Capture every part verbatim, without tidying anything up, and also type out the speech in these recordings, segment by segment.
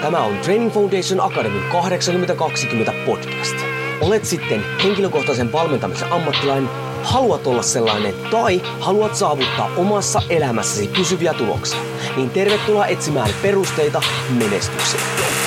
Tämä on Training Foundation Academy kahdeksankymmentä kaksikymmentä podcast. Olet sitten henkilökohtaisen valmentamisen ammattilainen, haluat olla sellainen tai haluat saavuttaa omassa elämässäsi pysyviä tuloksia, niin tervetuloa etsimään perusteita menestykseen.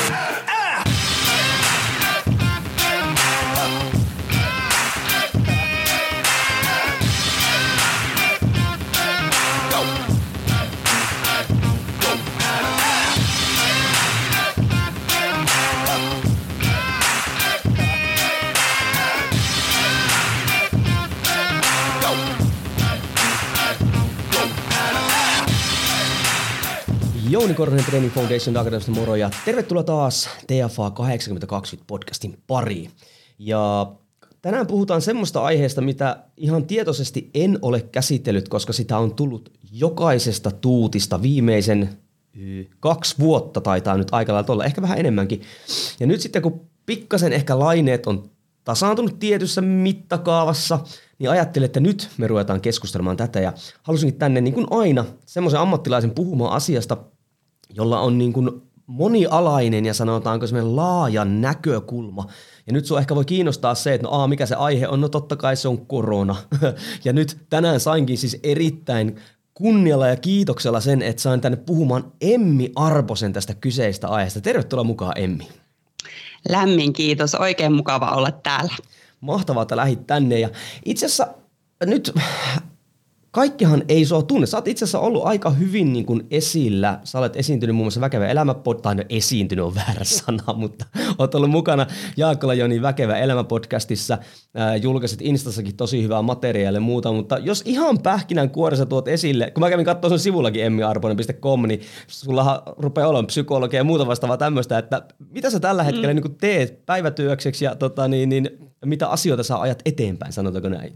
Jouni Korhonen Training Foundation Academysta moro ja tervetuloa taas T F A kahdeksankymmentä kaksikymmentä podcastin pariin. Ja tänään puhutaan semmoista aiheesta, mitä ihan tietoisesti en ole käsitellyt, koska sitä on tullut jokaisesta tuutista viimeisen kaksi vuotta taitaa nyt aika lailla olla, ehkä vähän enemmänkin. Ja nyt sitten kun pikkasen ehkä laineet on tasaantunut tietyssä mittakaavassa, niin ajattelin, että nyt me ruvetaan keskustelemaan tätä ja halusinkin tänne niin kuin aina semmoisen ammattilaisen puhumaan asiasta, jolla on niin kuin monialainen ja sanotaanko semmoinen laaja näkökulma. Ja nyt sua ehkä voi kiinnostaa se, että no aa, mikä se aihe on, no totta kai se on korona. Ja nyt tänään sainkin siis erittäin kunnialla ja kiitoksella sen, että sain tänne puhumaan Emmi Arposen tästä kyseistä aiheesta. Tervetuloa mukaan, Emmi. Lämmin kiitos, oikein mukava olla täällä. Mahtavaa, että lähdit tänne ja itse asiassa nyt kaikkihan ei sua tunne. Sä oot itse asiassa ollut aika hyvin niin kuin esillä. Sä olet esiintynyt muun muassa Väkevä elämä, tai no esiintynyt on väärä sana, mutta oot ollut mukana Jaakkola Jonin Väkevä elämä podcastissa. Äh, julkaisit Instassakin tosi hyvää materiaalia ja muuta, mutta jos ihan pähkinänkuoressa tuot esille, kun mä kävin katsoa sun sivullakin emmi arponen piste com, niin sullahan rupeaa olemaan psykologia ja muuta vastaavaa tämmöistä, että mitä sä tällä hetkellä mm. niin kuin teet päivätyökseksi ja tota, niin, niin, mitä asioita sä ajat eteenpäin, sanotaanko näin?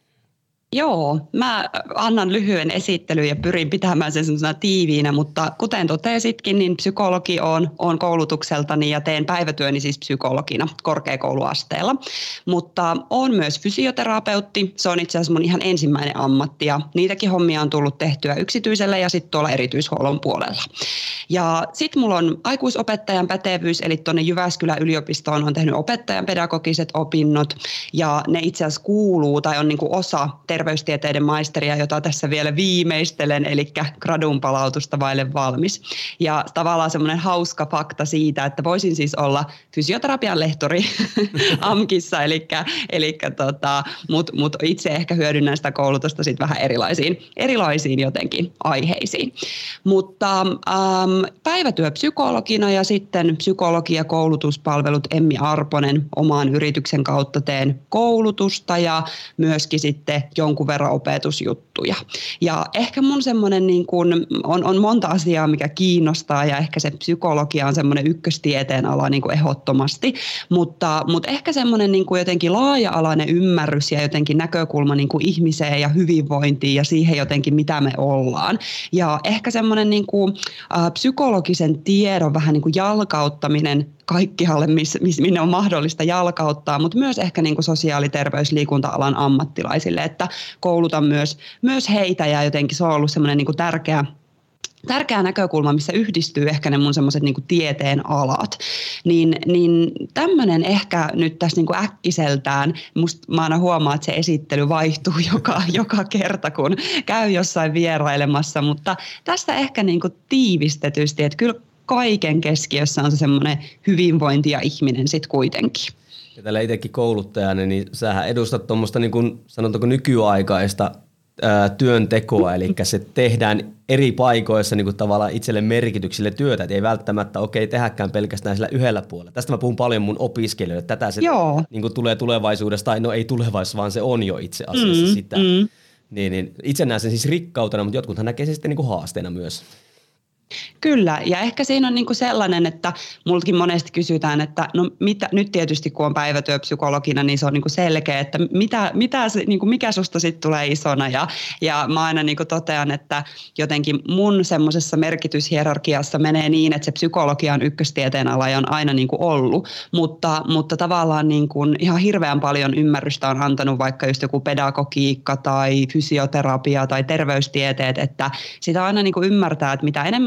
Joo, mä annan lyhyen esittelyn ja pyrin pitämään sen semmoisena tiiviinä, mutta kuten totesitkin, niin psykologi on, on koulutukseltani ja teen päivätyöni siis psykologina korkeakouluasteella. Mutta olen myös fysioterapeutti, se on itse asiassa mun ihan ensimmäinen ammatti ja niitäkin hommia on tullut tehtyä yksityisellä ja sitten tuolla erityishuollon puolella. Ja sitten mulla on aikuisopettajan pätevyys, eli tuonne Jyväskylän yliopistoon on tehnyt opettajan pedagogiset opinnot ja ne itse asiassa kuuluu tai on niinku osa terveystieteiden maisteria, jota tässä vielä viimeistelen, eli gradun palautusta vaille valmis. Ja tavallaan semmoinen hauska fakta siitä, että voisin siis olla fysioterapian lehtori A M Kissa, eli, eli tota, mutta mut itse ehkä hyödynnän sitä koulutusta sitten vähän erilaisiin, erilaisiin jotenkin aiheisiin. Mutta ähm, päivätyöpsykologina ja sitten psykologia koulutuspalvelut Emmi Arponen oman yrityksen kautta teen koulutusta ja myöskin sitten jonkun verran opetusjuttuja. Ja ehkä mun semmoinen niin kuin on, on monta asiaa, mikä kiinnostaa ja ehkä se psykologia on semmoinen ykköstieteen ala niin kuin ehdottomasti, mutta, mutta ehkä semmoinen niin kuin jotenkin laaja-alainen ymmärrys ja jotenkin näkökulma niin kuin ihmiseen ja hyvinvointiin ja siihen jotenkin, mitä me ollaan. Ja ehkä semmoinen niin kuin, äh, psykologisen tiedon vähän niin kuin jalkauttaminen kaikkialle, miss, miss, minne on mahdollista jalkauttaa, mutta myös ehkä niin kuin sosiaali-, terveys-, liikunta-alan ammattilaisille, että koulutan myös, myös heitä ja jotenkin se on ollut semmoinen niin kuin tärkeä, tärkeä näkökulma, missä yhdistyy ehkä ne mun semmoiset niin kuin tieteen alat. Niin, niin tämmöinen ehkä nyt tässä niin kuin äkkiseltään, musta mä aina huomaan, että se esittely vaihtuu joka, joka kerta, kun käy jossain vierailemassa, mutta tästä ehkä niin kuin tiivistetysti, että kyllä kaiken keskiössä on se semmoinen hyvinvointi ja ihminen sitten kuitenkin. Ja tällä itsekin kouluttajana, niin sähän edustat tuommoista niin kuin sanotaanko nykyaikaista ää, työntekoa, eli se tehdään eri paikoissa niin kuin tavallaan itselle merkityksille työtä, että ei välttämättä okei okay, tehdäkään pelkästään sillä yhdellä puolella. Tästä mä puhun paljon mun opiskelijoille, että tätä se niin kuin tulee tulevaisuudesta, tai no ei tulevaisuudessa, vaan se on jo itse asiassa mm, sitä. Mm. Niin, niin itse näen sen siis rikkautena, mutta jotkuthan näkee sen sitten niin kuin haasteena myös. Kyllä, ja ehkä siinä on niinku sellainen, että multakin monesti kysytään, että no mitä, nyt tietysti kun on päivätyöpsykologina, niin se on niinku selkeä, että mitä, mitä se, niinku mikä susta sitten tulee isona. Ja, ja mä aina niinku totean, että jotenkin mun semmoisessa merkityshierarkiassa menee niin, että se psykologia on ykköstieteen ala ja on aina niinku ollut, mutta, mutta tavallaan niinku ihan hirveän paljon ymmärrystä on antanut vaikka just joku pedagogiikka tai fysioterapia tai terveystieteet, että sitä aina niinku ymmärtää, että mitä enemmän tietää,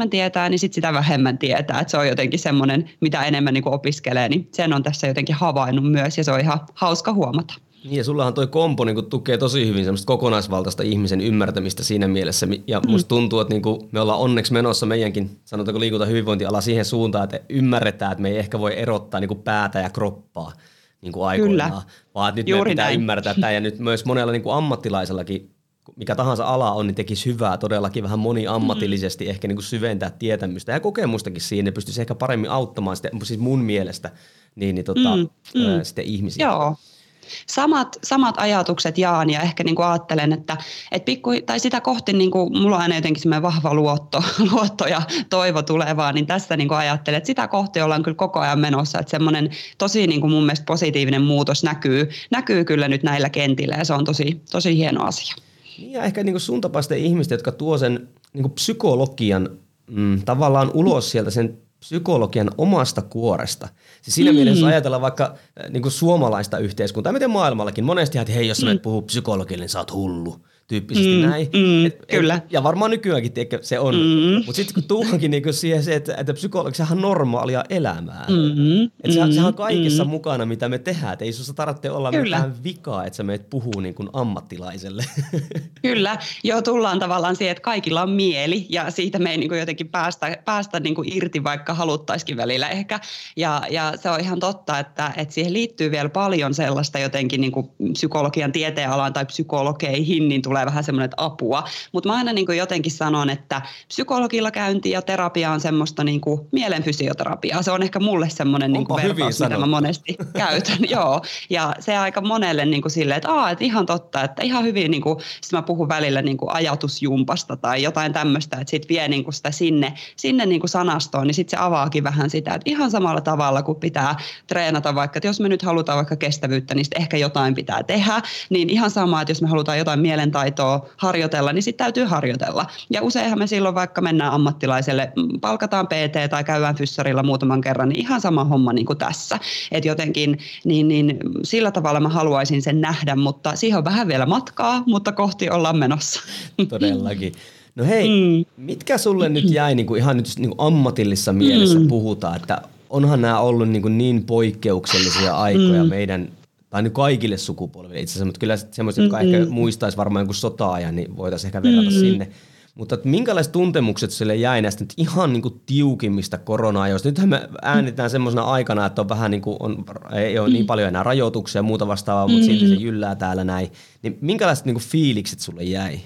niin sit sitä vähemmän tietää. Että se on jotenkin semmoinen, mitä enemmän niin kuin opiskelee, niin sen on tässä jotenkin havainnut myös ja se on ihan hauska huomata. Niin ja sullahan toi kompo niin tukee tosi hyvin semmoista kokonaisvaltaista ihmisen ymmärtämistä siinä mielessä. Ja musta tuntuu, että niin me ollaan onneksi menossa meidänkin, sanotaanko liikunta hyvinvointiala siihen suuntaan, että ymmärretään, että me ei ehkä voi erottaa niin päätä ja kroppaa niin aikoinaan. Kyllä. Vaan nyt me pitää näin. Ymmärtää tämä ja nyt myös monella niin ammattilaisellakin, mikä tahansa ala on, niin tekisi hyvää todellakin vähän moniammatillisesti mm. ehkä niin syventää tietämystä ja kokemustakin siinä. Ne pystyisi ehkä paremmin auttamaan sitten, siis mun mielestä niin, niin tota, mm. ää, sitten ihmisiä. Joo. Samat, samat ajatukset jaan ja ehkä niin kuin ajattelen, että, että pikku, tai sitä kohti niin kuin, mulla on aina jotenkin semmoinen vahva luotto, luotto ja toivo tulevaa, niin tässä niin kuin ajattelen, että sitä kohti ollaan kyllä koko ajan menossa, että semmoinen tosi niin kuin mun mielestä positiivinen muutos näkyy, näkyy kyllä nyt näillä kentillä ja se on tosi, tosi hieno asia. Ja ehkä niin kuin sun tapaisten ihmistä, jotka tuo sen niin kuin psykologian mm, tavallaan ulos sieltä sen psykologian omasta kuoresta. Siis siinä mm. mielessä ajatellaan vaikka niin kuin suomalaista yhteiskuntaa, miten maailmallakin. Monestihan, että hei, jos sä menet puhuu psykologille, niin sä oot hullu. Tyyppisesti mm, näin. Mm, et, kyllä. Et, ja varmaan nykyäänkin tiedätkö, se on. Mm. Mutta sitten kun tullaankin niinku siihen se, että, että psykologisahan on normaalia elämää. Mm, että sehän, mm, sehän on kaikessa mm. mukana, mitä me tehdään. Et ei sinusta tarvitse olla kyllä. mitään vikaa, että sä meet puhuu niin kuin ammattilaiselle. Kyllä. Joo, tullaan tavallaan siihen, että kaikilla on mieli ja siitä me ei niin kuin jotenkin päästä, päästä niin kuin irti, vaikka haluttaisikin välillä ehkä. Ja, ja se on ihan totta, että, että siihen liittyy vielä paljon sellaista jotenkin niin kuin psykologian tieteenalaan tai psykologeihin, niin tulee vähän semmoinen, että apua. Mutta mä aina niin kuin jotenkin sanon, että psykologilla käynti ja terapia on semmoista niin kuin mielenfysioterapiaa. Se on ehkä mulle semmoinen niin kuin vertaus, mitä mä monesti käytän. Joo. Ja se aika monelle niin kuin silleen, että, Aa, että ihan totta, että ihan hyvin, niin kuin, sit mä puhun välillä niin kuin ajatusjumpasta tai jotain tämmöistä, että sit vie niin kuin sitä sinne, sinne niin kuin sanastoon, niin sitten se avaakin vähän sitä, että ihan samalla tavalla kuin pitää treenata vaikka, että jos me nyt halutaan vaikka kestävyyttä, niin ehkä jotain pitää tehdä, niin ihan sama, että jos me halutaan jotain mielentaitoa harjoitella, niin sitten täytyy harjoitella. Ja useinhan me silloin vaikka mennään ammattilaiselle, palkataan P T tai käydään fyssarilla muutaman kerran, niin ihan sama homma niin kuin tässä. Että jotenkin niin, niin sillä tavalla mä haluaisin sen nähdä, mutta siihen on vähän vielä matkaa, mutta kohti ollaan menossa. Todellakin. No hei, mm. mitkä sulle nyt jäi niin kuin ihan nyt niin kuin ammatillisessa mielessä mm. puhutaan, että onhan nämä ollut niin, kuin niin poikkeuksellisia aikoja mm. meidän tai nyt kaikille sukupolville itse asiassa, mutta kyllä semmoiset, jotka mm-hmm. ehkä muistaisi varmaan jonkun sota-ajan, niin voitaisiin ehkä verrata mm-hmm. sinne. Mutta minkälaiset tuntemukset sille jäi näistä nyt ihan niin kuin tiukimmista korona-ajoista? Nythän me äänitään semmoisena aikana, että on vähän niin kuin, on, ei ole niin paljon enää rajoituksia ja muuta vastaavaa, mutta mm-hmm. silti se jyllää täällä näin. Niin minkälaiset niin kuin fiilikset sulle jäi?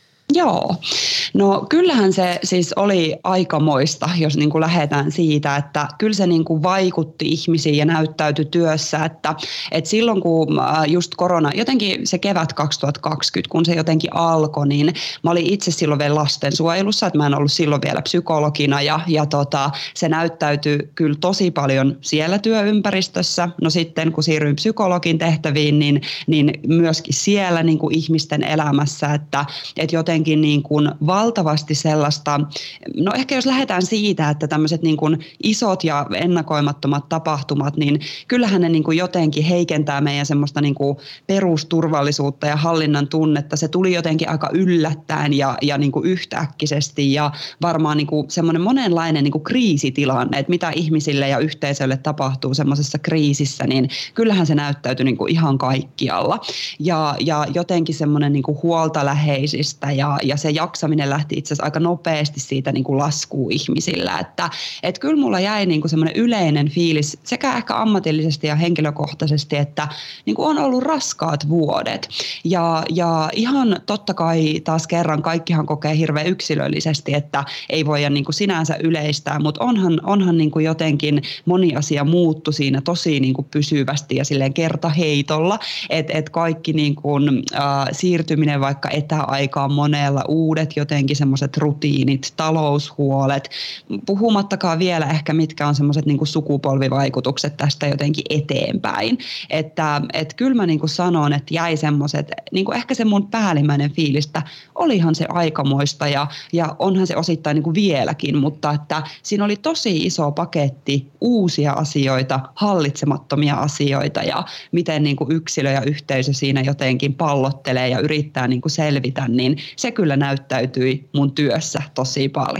Joo, no kyllähän se siis oli aikamoista, jos niin kuin lähdetään siitä, että kyllä se niin kuin vaikutti ihmisiin ja näyttäytyi työssä, että, että silloin kun just korona, jotenkin se kevät kaksituhattakaksikymmentä, kun se jotenkin alkoi, niin mä olin itse silloin vielä lastensuojelussa, että mä en ollut silloin vielä psykologina ja, ja tota, se näyttäytyi kyllä tosi paljon siellä työympäristössä. No sitten kun siirryin psykologin tehtäviin, niin, niin myöskin siellä niin kuin ihmisten elämässä, että, että jotenkin niin kuin valtavasti sellaista, no ehkä jos lähdetään siitä, että tämmöiset niin kuin isot ja ennakoimattomat tapahtumat, niin kyllähän ne niin kuin jotenkin heikentää meidän semmoista niin kuin perusturvallisuutta ja hallinnan tunnetta. Se tuli jotenkin aika yllättäen ja, ja niin kuin yhtäkkisesti ja varmaan niin kuin semmoinen monenlainen niin kuin kriisitilanne, että mitä ihmisille ja yhteisölle tapahtuu semmoisessa kriisissä, niin kyllähän se näyttäytyi niin kuin ihan kaikkialla. Ja, ja jotenkin semmoinen niin kuin huolta läheisistä ja Ja, ja se jaksaminen lähti itse asiassa aika nopeasti siitä niin kuin laskuun ihmisillä, että et kyllä mulla jäi niin kuin semmoinen yleinen fiilis sekä ehkä ammatillisesti ja henkilökohtaisesti, että niin kuin on ollut raskaat vuodet ja, ja ihan totta kai taas kerran kaikkihan kokee hirveän yksilöllisesti, että ei voida niin kuin sinänsä yleistää, mutta onhan, onhan niin kuin jotenkin moni asia muuttu siinä tosi niin kuin pysyvästi ja silleen kertaheitolla, että et kaikki niin kuin, äh, siirtyminen vaikka etäaikaan monella uudet jotenkin semmoiset rutiinit, taloushuolet, puhumattakaan vielä ehkä mitkä on semmoiset niin kuin sukupolvivaikutukset tästä jotenkin eteenpäin. Että et kyllä mä niin kuin sanon, että jäi semmoiset, niin kuin ehkä se mun päällimmäinen fiilistä, olihan se aikamoista ja, ja onhan se osittain niin kuin vieläkin, mutta että siinä oli tosi iso paketti uusia asioita, hallitsemattomia asioita ja miten niin kuin yksilö ja yhteisö siinä jotenkin pallottelee ja yrittää niin kuin selvitä, niin se kyllä näyttäytyi mun työssä tosi paljon.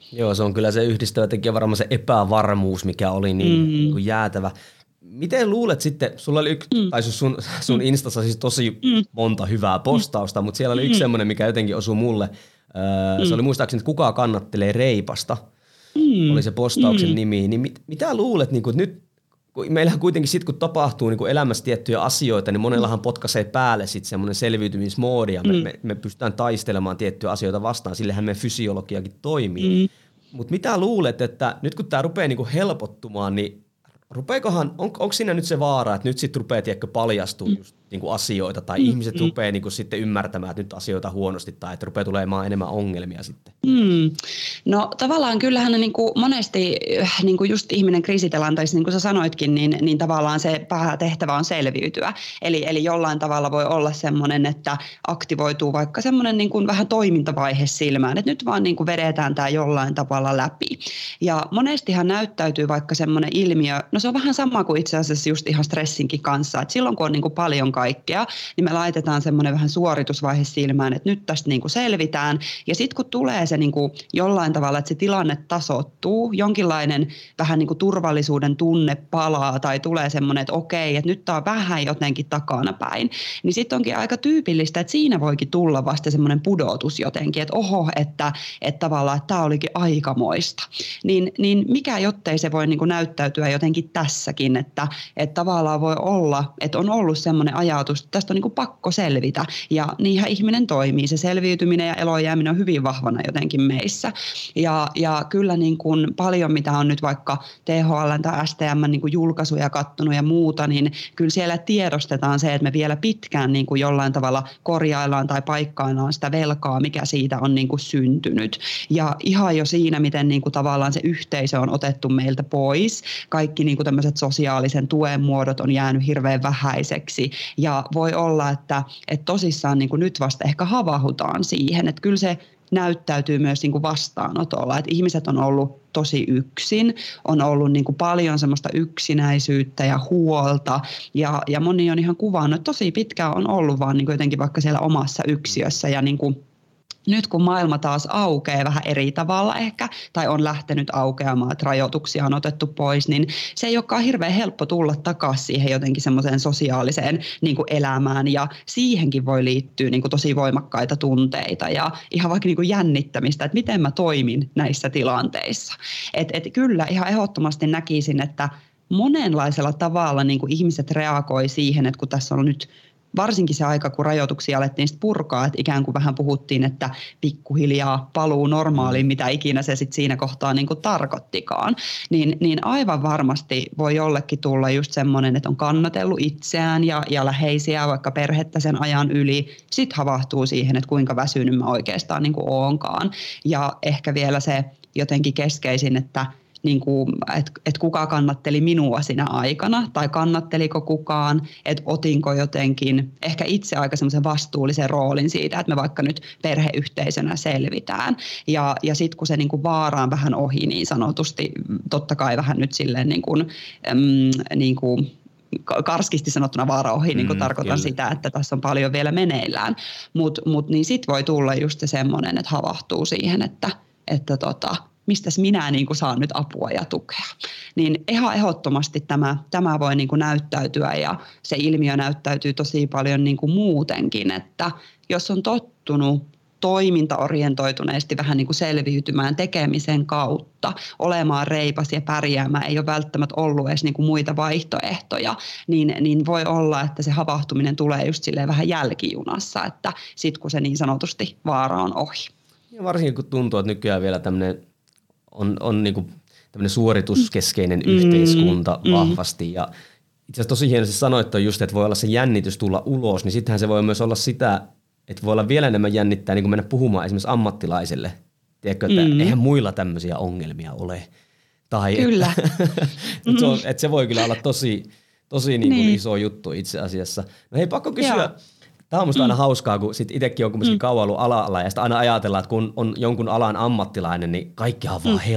Joo, se on kyllä se yhdistävä tekijä, varmaan se epävarmuus, mikä oli niin, mm. niin jäätävä. Miten luulet sitten, sulla oli yksi, mm. tai sun, sun Instassa siis tosi mm. monta hyvää postausta, mutta siellä oli yksi mm. semmoinen, mikä jotenkin osui mulle. Öö, mm. Se oli muistaakseni, että kuka kannattelee reipasta, mm. oli se postauksen mm. nimi. Niin mit, mitä luulet, niin kun nyt, kun meillähän kuitenkin sitten kun tapahtuu niin kun elämässä tiettyjä asioita, niin monellahan mm. potkaisee päälle sitten semmoinen selviytymismoodi ja me, mm. me, me pystytään taistelemaan tiettyjä asioita vastaan, sillehän meidän fysiologiakin toimii. Mm. Mutta mitä luulet, että nyt kun tämä rupeaa niin kun helpottumaan, niin rupeekohan, on, onko siinä nyt se vaara, että nyt sitten rupeaa tiedätkö, paljastua mm. just, niin kuin asioita tai mm. ihmiset mm. rupeaa niin kuin, sitten ymmärtämään, että nyt asioita huonosti tai että rupeaa tulemaan enemmän ongelmia sitten? Mm. No tavallaan kyllähän niin kuin monesti niin kuin just ihminen kriisitilanteissa, niin kuin sä sanoitkin, niin, niin tavallaan se päätehtävä on selviytyä. Eli, eli jollain tavalla voi olla semmoinen, että aktivoituu vaikka semmoinen niin kuin vähän toimintavaihe silmään, että nyt vaan niin kuin vedetään tämä jollain tavalla läpi. Ja monestihan näyttäytyy vaikka semmoinen ilmiö, no se on vähän sama kuin itse asiassa just ihan stressinkin kanssa, että silloin kun on niin kuin paljon kaikkea, niin me laitetaan semmoinen vähän suoritusvaihe silmään, että nyt tästä niin kuin selvitään. Ja sitten kun tulee se niin kuin jollain tavalla, että se tilanne tasoittuu, jonkinlainen vähän niin kuin turvallisuuden tunne palaa tai tulee semmoinen, että okei, että nyt tämä on vähän jotenkin takana päin, niin sitten onkin aika tyypillistä, että siinä voikin tulla vasta semmoinen pudotus jotenkin, että oho, että, että tavallaan että tämä olikin aikamoista. Niin, niin mikä jottei se voi niin kuin näyttäytyä jotenkin tässäkin, että, että tavallaan voi olla, että on ollut semmoinen ajatus, että tästä on niin kuin pakko selvitä ja niinhän ihminen toimii. Se selviytyminen ja eloon jääminen on hyvin vahvana jotenkin meissä. Ja, ja kyllä niin kuin paljon, mitä on nyt vaikka T H L tai S T M niin kuin julkaisuja kattonut ja muuta, niin kyllä siellä tiedostetaan se, että me vielä pitkään niin kuin jollain tavalla korjaillaan tai paikkaillaan sitä velkaa, mikä siitä on niin kuin syntynyt. Ja ihan jo siinä, miten niin kuin tavallaan se yhteisö on otettu meiltä pois. Kaikki niin kuin tämmöiset sosiaalisen tuen muodot on jäänyt hirveän vähäiseksi. Ja voi olla, että, että tosissaan niin kuin nyt vasta ehkä havahutaan siihen, että kyllä se näyttäytyy myös niin kuin vastaanotolla, että ihmiset on ollut tosi yksin, on ollut niin kuin paljon semmoista yksinäisyyttä ja huolta ja, ja moni on ihan kuvannut, että tosi pitkään on ollut vaan niin kuin jotenkin vaikka siellä omassa yksiössä ja niin kuin nyt kun maailma taas aukeaa vähän eri tavalla ehkä, tai on lähtenyt aukeamaan, että rajoituksia on otettu pois, niin se ei olekaan hirveän helppo tulla takaisin siihen jotenkin semmoiseen sosiaaliseen niin kuin elämään, ja siihenkin voi liittyä niin kuin tosi voimakkaita tunteita ja ihan vaikka niin kuin jännittämistä, että miten mä toimin näissä tilanteissa. Et, et kyllä ihan ehdottomasti näkisin, että monenlaisella tavalla niin kuin ihmiset reagoi siihen, että kun tässä on nyt varsinkin se aika, kun rajoituksia alettiin sitten purkaa, että ikään kuin vähän puhuttiin, että pikkuhiljaa paluu normaaliin, mitä ikinä se sitten siinä kohtaa niin kuin tarkoittikaan, niin, niin aivan varmasti voi jollekin tulla just semmoinen, että on kannatellut itseään ja, ja läheisiä, vaikka perhettä sen ajan yli, sitten havahtuu siihen, että kuinka väsynyt mä oikeastaan niin kuin oonkaan. Ja ehkä vielä se jotenkin keskeisin, että niin kuin, että et kuka kannatteli minua siinä aikana tai kannatteliko kukaan, että otinko jotenkin ehkä itse aika semmoisen vastuullisen roolin siitä, että me vaikka nyt perheyhteisönä selvitään. Ja, ja sitten kun se niin kuin vaara on vähän ohi niin sanotusti, totta kai vähän nyt silleen niin kuin, äm, niin kuin karskisti sanottuna vaara ohi, niin kuin mm, tarkoitan kyllä sitä, että tässä on paljon vielä meneillään. Mutta mut, niin sitten voi tulla just se semmoinen, että havahtuu siihen, että, että tota, mistäs minä niin kuin saan nyt apua ja tukea. Niin ihan ehdottomasti tämä, tämä voi niin kuin näyttäytyä ja se ilmiö näyttäytyy tosi paljon niin kuin muutenkin, että jos on tottunut toimintaorientoituneesti vähän niin kuin selviytymään tekemisen kautta, olemaan reipas ja pärjäämään, ei ole välttämättä ollut edes niin kuin muita vaihtoehtoja, niin, niin voi olla, että se havahtuminen tulee just silleen vähän jälkijunassa, että sitten kun se niin sanotusti vaara on ohi. Ja varsinkin kun tuntuu, että nykyään vielä tämmöinen on, on niinku tämmöinen suorituskeskeinen mm. yhteiskunta mm. vahvasti ja itse asiassa tosi hienosti sanoit just, että voi olla se jännitys tulla ulos, niin sittenhän se voi myös olla sitä, että voi olla vielä enemmän jännittää niin kuin mennä puhumaan esimerkiksi ammattilaiselle. Tiedätkö, että mm. eihän muilla tämmöisiä ongelmia ole. Tai kyllä. Että, mm. se, on, että se voi kyllä olla tosi, tosi niin kuin niin. iso juttu itse asiassa. No hei, pakko kysyä. Joo. Tämä on musta mm. aina hauskaa, kun sit itsekin on mm. kauan ollut ala-ala ja sitten aina ajatellaan, että kun on jonkun alan ammattilainen, niin kaikkihan on mm. vaan helppoa.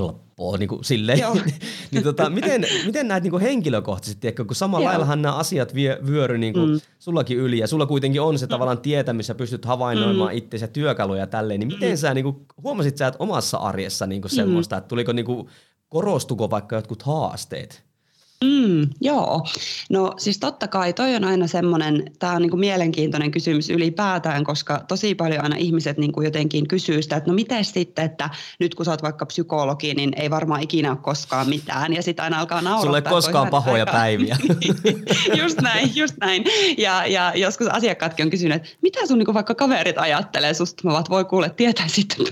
helppoa niin kuin silleen. niin tota, miten, miten näet niin kuin henkilökohtaisesti, ehkä, kun samalla laillahan nämä asiat vie, vyöry niin kuin mm. sullakin yli ja sulla kuitenkin on se mm. tavallaan tietämys ja pystyt havainnoimaan mm. itseäsi ja työkaluja ja tälleen, niin miten mm. sä niin kuin, huomasit sä, että omassa arjessa niin kuin semmoista, mm. että tuliko niin kuin, korostuko vaikka jotkut haasteet? Mm, joo. No siis totta kai toi on aina semmoinen, tämä on niinku mielenkiintoinen kysymys ylipäätään, koska tosi paljon aina ihmiset niinku jotenkin kysyy sitä, että no miten sitten, että nyt kun sä oot vaikka psykologi, niin ei varmaan ikinä ole koskaan mitään. Ja sitten aina alkaa naurattaa. Sulla ei koskaan pahoja aika... päiviä. just näin, just näin. Ja, ja joskus asiakkaatkin on kysynyt, että mitä sun niinku vaikka kaverit ajattelee susta? Mä vaan, voi kuule, tietää sitten.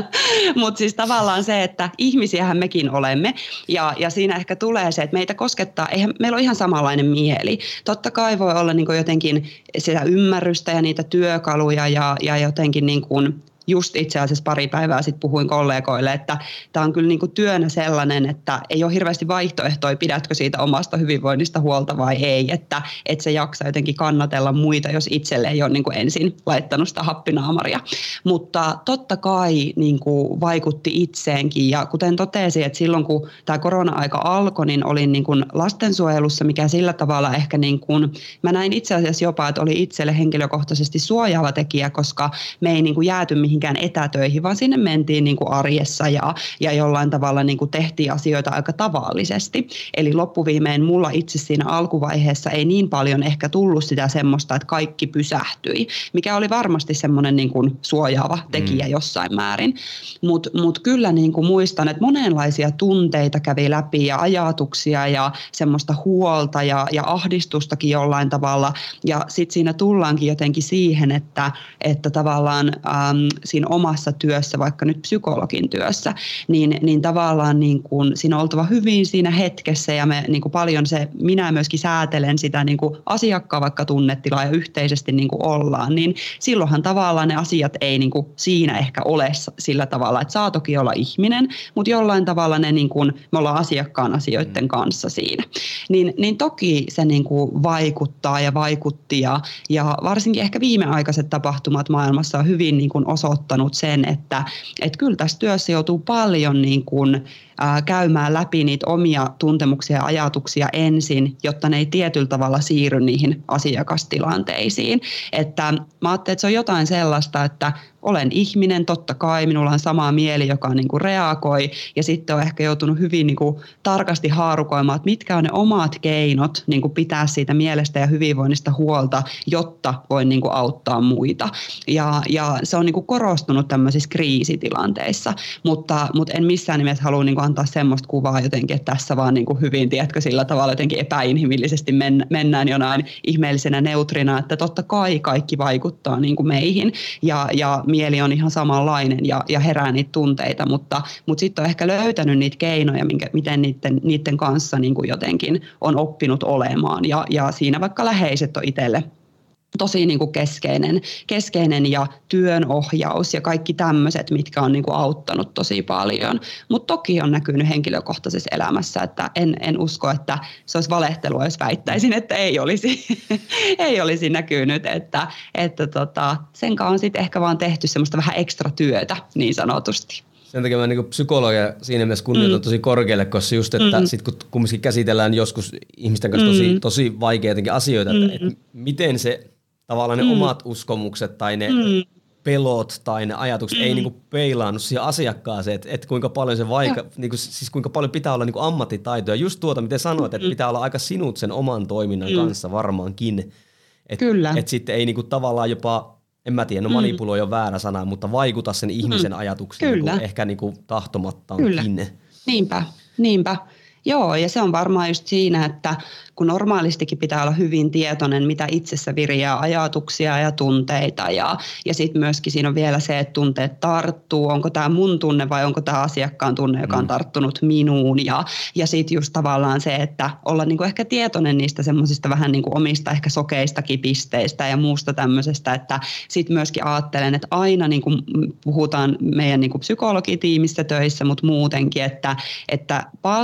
Mutta siis tavallaan se, että ihmisiähän mekin olemme. Ja, ja siinä ehkä tulee se, että meitä koskee Eihän, meillä on ihan samanlainen mieli. Totta kai voi olla niin kuin jotenkin sitä ymmärrystä ja niitä työkaluja ja, ja jotenkin niin kuin just itse asiassa pari päivää sitten puhuin kollegoille, että tämä on kyllä niin kuin työnä sellainen, että ei ole hirveästi vaihtoehtoja, pidätkö siitä omasta hyvinvoinnista huolta vai ei, että et se jaksa jotenkin kannatella muita, jos itselle ei ole niin kuin ensin laittanut sitä happinaamaria. Mutta totta kai niin kuin vaikutti itseenkin ja kuten totesin, että silloin kun tämä korona-aika alkoi, niin olin niin kuin lastensuojelussa, mikä sillä tavalla ehkä niin kuin, mä näin itse asiassa jopa, että oli itselle henkilökohtaisesti suojaava tekijä, koska me ei niin kuin jääty mihinkään etätöihin, vaan sinne mentiin niin kuin arjessa ja, ja jollain tavalla niin kuin tehtiin asioita aika tavallisesti. Eli loppuviimein mulla itse siinä alkuvaiheessa ei niin paljon ehkä tullut sitä semmoista, että kaikki pysähtyi, mikä oli varmasti semmoinen niin kuin suojaava tekijä mm. jossain määrin. Mutta mut kyllä niin kuin muistan, että monenlaisia tunteita kävi läpi ja ajatuksia ja semmoista huolta ja, ja ahdistustakin jollain tavalla. Ja sitten siinä tullaankin jotenkin siihen, että, että tavallaan äm, siinä omassa työssä, vaikka nyt psykologin työssä, niin, niin tavallaan niin kuin siinä on oltava hyvin siinä hetkessä ja me niin kuin paljon se, minä myöskin säätelen sitä niin kuin asiakkaan vaikka tunnetilaa ja yhteisesti niin kuin ollaan, niin silloinhan tavallaan ne asiat ei niin kuin siinä ehkä ole sillä tavalla, että saa toki olla ihminen, mutta jollain tavalla ne niin kuin, me ollaan asiakkaan asioiden kanssa siinä. Niin, niin toki se niin kuin vaikuttaa ja vaikutti ja, ja varsinkin ehkä viimeaikaiset tapahtumat maailmassa on hyvin niin kuin osoittanut sen, että, että kyllä tässä työssä joutuu paljon niin kuin, ää, käymään läpi niitä omia tuntemuksia ja ajatuksia ensin, jotta ne ei tietyllä tavalla siirry niihin asiakastilanteisiin. Että mä ajattelin, että se on jotain sellaista, että olen ihminen, totta kai, minulla on sama mieli, joka niin kuin reagoi ja sitten on ehkä joutunut hyvin niin kuin tarkasti haarukoimaan, että mitkä on ne omat keinot niin kuin pitää siitä mielestä ja hyvinvoinnista huolta, jotta voi niin kuin auttaa muita. Ja, ja se on niin kuin korostunut tämmöisissä kriisitilanteissa, mutta, mutta en missään nimessä halua niin kuin antaa semmoista kuvaa jotenkin, että tässä vaan niin kuin hyvin, tiedätkö, sillä tavalla jotenkin epäinhimillisesti men, mennään jonain ihmeellisenä neutrina, että totta kai kaikki vaikuttaa niin kuin meihin ja, ja mieli on ihan samanlainen ja, ja herää niitä tunteita, mutta, mutta sitten on ehkä löytänyt niitä keinoja, minkä, miten niiden, niiden kanssa niin kuin jotenkin on oppinut olemaan. Ja, ja siinä vaikka läheiset on itselle tosi niin kuin keskeinen, keskeinen ja työnohjaus ja kaikki tämmöiset, mitkä on niin kuin auttanut tosi paljon. Mutta toki on näkynyt henkilökohtaisessa elämässä, että en, en usko, että se olisi valehtelua, jos väittäisin, että ei olisi, ei olisi näkynyt. Että, että tota, sen kanssa on sitten ehkä vaan tehty semmoista vähän ekstra työtä niin sanotusti. Sen takia mä niin psykologia siinä mielessä kunnioitan mm. tosi korkealle, koska just, että mm. sit kun kumminkin käsitellään joskus ihmisten kanssa tosi, tosi vaikeitakin asioita, mm. että, että miten se tavallaan ne mm. omat uskomukset tai ne mm. pelot tai ne ajatukset mm. ei niinku peilaannut siihen asiakkaaseen, että, että kuinka paljon se vaika, niinku, siis kuinka paljon pitää olla niinku ammattitaitoja. Just tuota, miten sanoit, että pitää olla aika sinut sen oman toiminnan mm. kanssa varmaankin. Että et sitten ei niinku tavallaan jopa, en mä tiedä, no manipuloi on väärä sana, mutta vaikuta sen ihmisen mm. ajatuksiin niinku, ehkä niinku tahtomattaankin. Niinpä, niinpä. Joo, ja se on varmaan just siinä, että kun normaalistikin pitää olla hyvin tietoinen, mitä itsessä viriää ajatuksia ja tunteita. Ja, ja sitten myöskin siinä on vielä se, että tunteet tarttuu. Onko tämä mun tunne vai onko tämä asiakkaan tunne, joka on tarttunut minuun. Ja, ja sitten just tavallaan se, että olla niinku ehkä tietoinen niistä semmoisista vähän niinku omista ehkä sokeistakin pisteistä ja muusta tämmöisestä. Että sitten myöskin ajattelen, että aina niinku puhutaan meidän niinku psykologitiimissä töissä, mutta muutenkin, että, että paljon pitää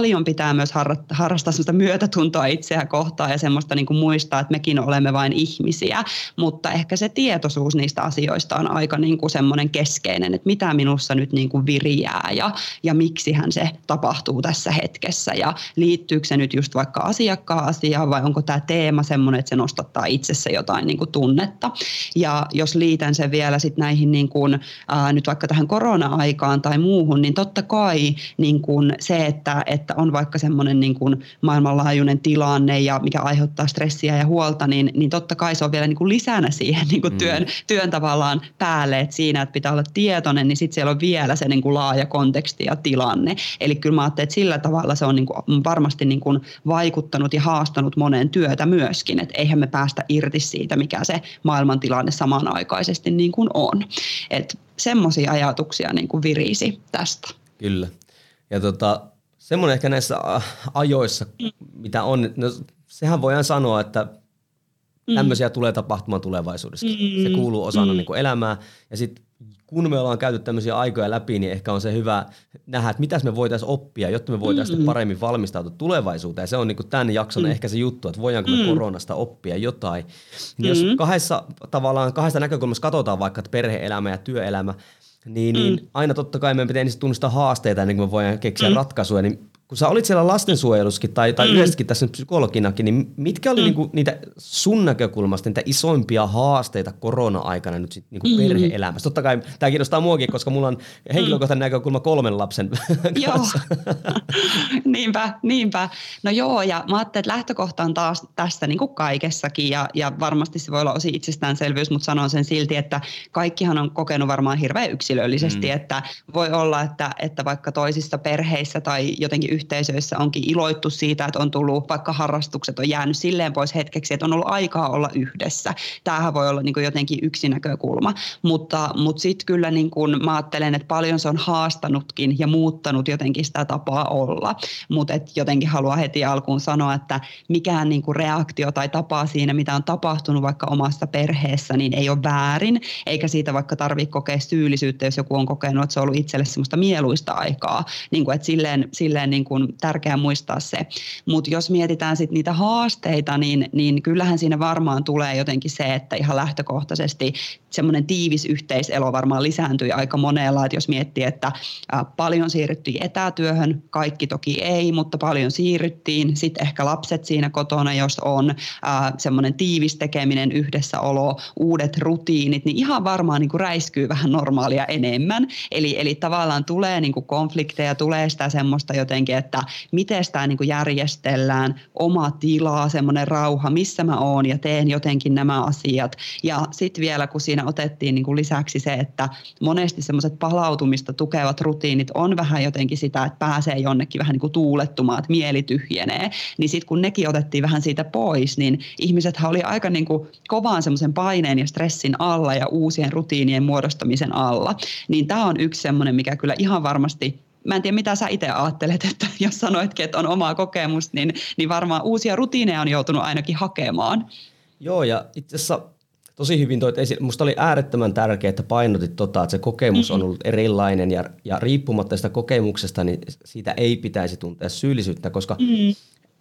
pitää myös harrastaa semmoista myötätuntoa itseä kohtaan ja semmoista niin kuin muistaa, että mekin olemme vain ihmisiä, mutta ehkä se tietoisuus niistä asioista on aika niin kuin semmoinen keskeinen, että mitä minussa nyt niin kuin viriää ja, ja miksihän se tapahtuu tässä hetkessä ja liittyykö se nyt just vaikka asiakkaan asiaan vai onko tämä teema semmoinen, että se nostattaa itsessä jotain niin kuin tunnetta. Ja jos liitän sen vielä sitten näihin niin kuin, ää, nyt vaikka tähän korona-aikaan tai muuhun, niin totta kai niin kuin se, että, että on vaikka semmoinen niin kuin maailmanlaajuinen tilanne ja mikä aiheuttaa stressiä ja huolta, niin, niin totta kai se on vielä niin kuin lisänä siihen niin kuin työn, mm. työn tavallaan päälle, että siinä, että pitää olla tietoinen, niin sitten siellä on vielä se niin kuin laaja konteksti ja tilanne. Eli kyllä mä ajattelen, että sillä tavalla se on niin kuin varmasti niin kuin vaikuttanut ja haastanut moneen työtä myöskin, että eihän me päästä irti siitä, mikä se maailmantilanne samanaikaisesti niin kuin on. Että semmoisia ajatuksia niin kuin virisi tästä. Kyllä. Ja tota, semmoinen ehkä näissä ajoissa, mm. mitä on, no, sehän voidaan sanoa, että tämmöisiä mm. tulee tapahtumaan tulevaisuudessakin. Mm. Se kuuluu osana mm. niin kuin elämää. Ja sitten kun me ollaan käyty tämmöisiä aikoja läpi, niin ehkä on se hyvä nähdä, että mitäs me voitaisiin oppia, jotta me voitaisiin mm. paremmin valmistautua tulevaisuuteen. Ja se on niin kuin tämän jakson mm. ehkä se juttu, että voidaanko me mm. koronasta oppia jotain. Mm. Jos kahdessa, tavallaan kahdesta näkökulmasta katsotaan vaikka perhe-elämä ja työelämä, niin, mm. niin aina totta kai meidän pitää ensin tunnistaa haasteita ennen kuin me voidaan keksiä mm. ratkaisuja. Niin kun sä olit siellä lastensuojelussakin tai, tai mm. yleisestikin tässä nyt psykologinakin, niin mitkä oli mm. niinku niitä sun näkökulmasta niitä isoimpia haasteita korona-aikana nyt sitten niinku mm. perhe-elämässä? Totta kai tämä kiinnostaa muakin, koska mulla on henkilökohtainen mm. näkökulma kolmen lapsen kanssa. Joo, niinpä, niinpä. No joo, ja mä ajattelin, että lähtökohta on taas tässä niin kuin kaikessakin, ja, ja varmasti se voi olla osin itsestäänselvyys, mutta sanon sen silti, että kaikkihan on kokenut varmaan hirveän yksilöllisesti, mm. että voi olla, että, että vaikka toisissa perheissä tai jotenkin yhteisöissä onkin iloittu siitä, että on tullut vaikka harrastukset on jäänyt silleen pois hetkeksi, että on ollut aikaa olla yhdessä. Tämähän voi olla niin kuin jotenkin yksi näkökulma, mutta, mutta sitten kyllä niin kuin mä ajattelen, että paljon se on haastanutkin ja muuttanut jotenkin sitä tapaa olla, mutta et jotenkin haluan heti alkuun sanoa, että mikään niin kuin reaktio tai tapa siinä, mitä on tapahtunut vaikka omassa perheessä, niin ei ole väärin, eikä siitä vaikka tarvitse kokea syyllisyyttä, jos joku on kokenut, että se on ollut itselle semmoista mieluista aikaa, niin kuin, että silleen, silleen niin kuin tärkeää muistaa se. Mutta jos mietitään sitten niitä haasteita, niin, niin kyllähän siinä varmaan tulee jotenkin se, että ihan lähtökohtaisesti semmoinen tiivis yhteiselo varmaan lisääntyi aika monella, että jos miettii, että paljon siirryttiin etätyöhön, kaikki toki ei, mutta paljon siirryttiin, sitten ehkä lapset siinä kotona, jos on semmoinen tiivis tekeminen, yhdessäolo, uudet rutiinit, niin ihan varmaan niin kuin räiskyy vähän normaalia enemmän, eli, eli tavallaan tulee niin kuin konflikteja, tulee sitä semmoista jotenkin, että miten sitä niin kuin järjestellään, oma tila, semmoinen rauha, missä mä oon ja teen jotenkin nämä asiat. Ja sitten vielä, kun siinä otettiin niin kuin lisäksi se, että monesti semmoiset palautumista tukevat rutiinit on vähän jotenkin sitä, että pääsee jonnekin vähän niin kuin tuulettumaan, että mieli tyhjenee. Niin sitten kun nekin otettiin vähän siitä pois, niin ihmisethän oli aika niin kuin kovaan semmoisen paineen ja stressin alla ja uusien rutiinien muodostamisen alla. Niin tämä on yksi semmoinen, mikä kyllä ihan varmasti, mä en tiedä, mitä sä itse ajattelet, että jos sanoitkin, että on omaa kokemusta, niin, niin varmaan uusia rutiineja on joutunut ainakin hakemaan. Joo, ja itse asiassa tosi hyvin toit esille. Musta oli äärettömän tärkeää, että painotit tota, että se kokemus on ollut erilainen ja, ja riippumatta sitä kokemuksesta, niin siitä ei pitäisi tuntea syyllisyyttä, koska mm.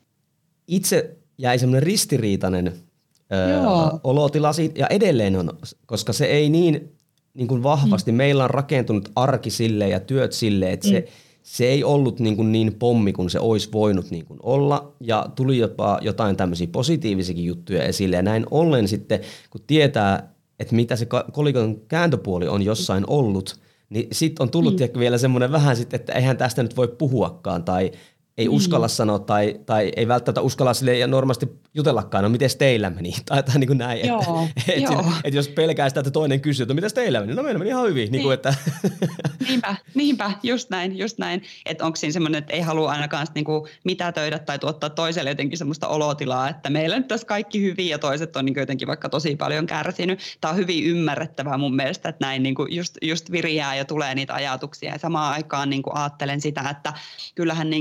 itse jäi semmoinen ristiriitainen ö, olotila siitä, ja edelleen on, koska se ei niin, niin kuin vahvasti, mm. meillä on rakentunut arki silleen ja työt silleen, että mm. se, se ei ollut niin, kuin niin pommi kuin se olisi voinut niin kuin olla, ja tuli jopa jotain tämmöisiä positiivisiakin juttuja esille, ja näin ollen sitten, kun tietää, että mitä se kolikon kääntöpuoli on jossain ollut, niin sitten on tullut mm. vielä semmoinen vähän sitten, että eihän tästä nyt voi puhuakaan, tai ei uskalla sanoa tai, tai ei välttämättä uskalla sille ja normaalisti jutellakaan, no mites teillä meni, tai, tai niin kuin näin. Joo, että, et, et, et jos pelkää sitä, että toinen kysyy, että mites teillä meni, no meillä meni ihan hyvin. Niin. Niin kuin, että niinpä, niinpä, just näin, just näin. Että onko siinä semmoinen, että ei halua ainakaan niin kuin mitätöidä tai tuottaa toiselle jotenkin semmoista olotilaa, että meillä nyt tässä kaikki hyvin ja toiset on niin kuin jotenkin vaikka tosi paljon kärsinyt. Tämä on hyvin ymmärrettävää mun mielestä, että näin niin kuin just, just viriää ja tulee niitä ajatuksia. Ja samaan aikaan niin kuin ajattelen sitä, että kyllähän niin kuin se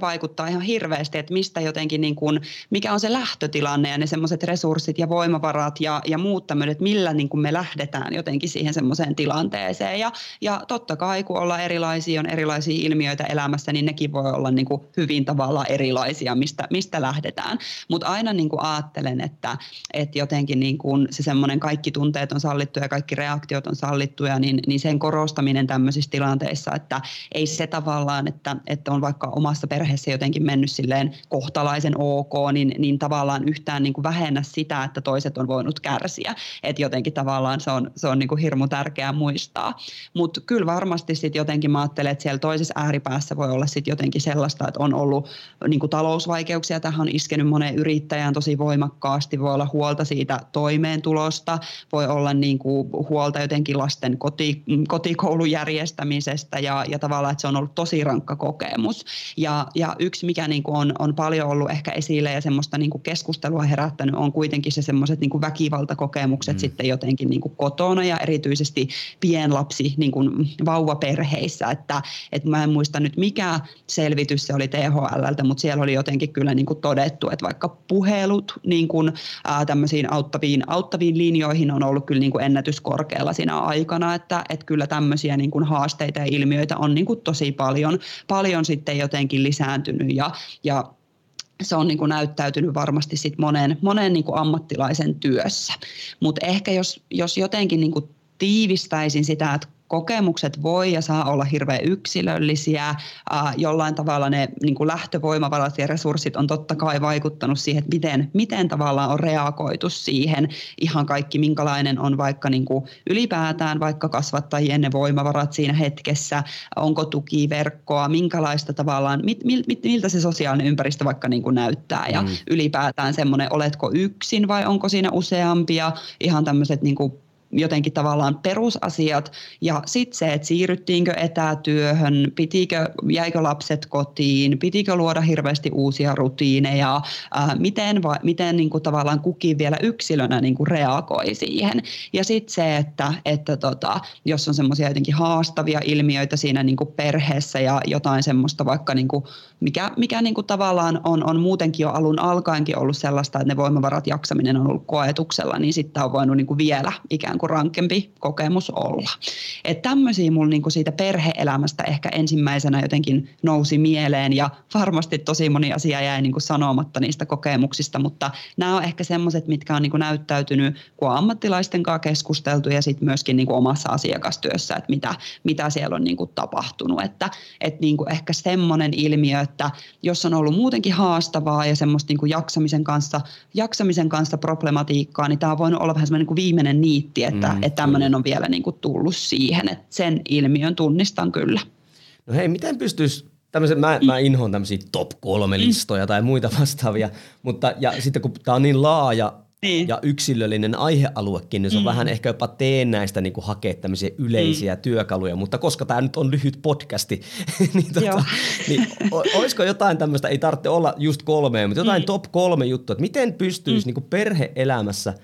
vaikuttaa ihan hirveästi, että mistä jotenkin niin kuin, mikä on se lähtötilanne ja ne semmoiset resurssit ja voimavarat ja, ja muut tämmöiset, millä niin kuin me lähdetään jotenkin siihen semmoiseen tilanteeseen. Ja, ja totta kai, kun ollaan erilaisia, on erilaisia ilmiöitä elämässä, niin nekin voi olla niin kuin hyvin tavallaan erilaisia, mistä, mistä lähdetään. Mutta aina niin kuin ajattelen, että, että jotenkin niin kuin se semmoinen kaikki tunteet on sallittuja ja kaikki reaktiot on sallittuja, niin, niin sen korostaminen tämmöisissä tilanteissa, että ei se tavallaan, että, että on vaikka omassa perheessä jotenkin mennyt silleen kohtalaisen ok, niin, niin tavallaan yhtään niin kuin vähennä sitä, että toiset on voinut kärsiä. Että jotenkin tavallaan se on, se on niin kuin hirmu tärkeää muistaa. Mutta kyllä varmasti sitten jotenkin mä ajattelen, että siellä toisessa ääripäässä voi olla sitten jotenkin sellaista, että on ollut niin kuin talousvaikeuksia. Tähän on iskenyt moneen yrittäjään tosi voimakkaasti. Voi olla huolta siitä toimeentulosta, voi olla niin kuin huolta jotenkin lasten koti, kotikoulun järjestämisestä ja, ja tavallaan, että se on ollut tosi rankka kokemus. Ja, ja yksi, mikä niin kuin on, on paljon ollut ehkä esillä ja semmoista niin kuin keskustelua herättänyt, on kuitenkin se semmoiset niin kuin väkivaltakokemukset mm. sitten jotenkin niin kuin kotona ja erityisesti pienlapsi niin kuin vauvaperheissä. Että, että mä en muista nyt mikä selvitys se oli T H L:ltä, mutta siellä oli jotenkin kyllä niin kuin todettu, että vaikka puhelut niin kuin, ää, tämmöisiin auttaviin, auttaviin linjoihin on ollut kyllä niin kuin ennätyskorkealla siinä aikana, että, että kyllä tämmöisiä niin kuin haasteita ja ilmiöitä on niin kuin tosi paljon, paljon sitten jotenkin lisääntynyt ja, ja se on niin kuin näyttäytynyt varmasti sit monen, monen niin kuin ammattilaisen työssä. Mutta ehkä jos, jos jotenkin niin kuin tiivistäisin sitä, että kokemukset voi ja saa olla hirveän yksilöllisiä. Äh, jollain tavalla ne niin kuin lähtövoimavarat ja resurssit on totta kai vaikuttanut siihen, että miten, miten tavallaan on reagoitu siihen. Ihan kaikki, minkälainen on vaikka niin kuin ylipäätään vaikka kasvattajien ne voimavarat siinä hetkessä, onko tukiverkkoa, minkälaista tavallaan, mit, mit, mit, miltä se sosiaalinen ympäristö vaikka niin kuin näyttää ja mm. ylipäätään semmoinen, oletko yksin vai onko siinä useampia, ihan tämmöiset niin kuin jotenkin tavallaan perusasiat ja sitten se, että siirryttiinkö etätyöhön, pitikö, jäikö lapset kotiin, pitikö luoda hirveästi uusia rutiineja, ää, miten, va, miten niin kuin tavallaan kukin vielä yksilönä niin kuin reagoi siihen. Ja sitten se, että, että tota, jos on semmoisia jotenkin haastavia ilmiöitä siinä niin kuin perheessä ja jotain semmoista vaikka, niin kuin, mikä, mikä niin kuin tavallaan on, on muutenkin jo alun alkaenkin ollut sellaista, että ne voimavarat jaksaminen on ollut koetuksella, niin sitten on voinut niin kuin vielä ikään kuin rankempi kokemus olla. Että tämmöisiä mulla niinku siitä perhe-elämästä ehkä ensimmäisenä jotenkin nousi mieleen ja varmasti tosi moni asia jäi niinku sanomatta niistä kokemuksista, mutta nämä on ehkä semmoiset, mitkä on niinku näyttäytynyt, kun on ammattilaisten kanssa keskusteltu ja sitten myöskin niinku omassa asiakastyössä, että mitä, mitä siellä on niinku tapahtunut. Että et niinku ehkä semmoinen ilmiö, että jos on ollut muutenkin haastavaa ja semmoista niinku jaksamisen kanssa, jaksamisen kanssa problematiikkaa, niin tämä on voinut olla vähän semmoinen niinku viimeinen niitti, että että mm, tämmöinen on vielä niin kuin tullut siihen, että sen ilmiön tunnistan kyllä. No hei, miten pystyisi, tämmöisen, mä, mm. mä inhoan tämmöisiä top kolme listoja mm. tai muita vastaavia, mutta ja sitten kun tämä on niin laaja niin. ja yksilöllinen aihealuekin, niin se on mm. vähän ehkä jopa teennäistä niin kuin hakea tämmöisiä yleisiä mm. työkaluja, mutta koska tämä nyt on lyhyt podcasti, niin, tota, niin olisiko jotain tämmöistä, ei tarvitse olla just kolmea, mutta jotain mm. top kolme juttua, että miten pystyisi mm. niin kuin perhe-elämässä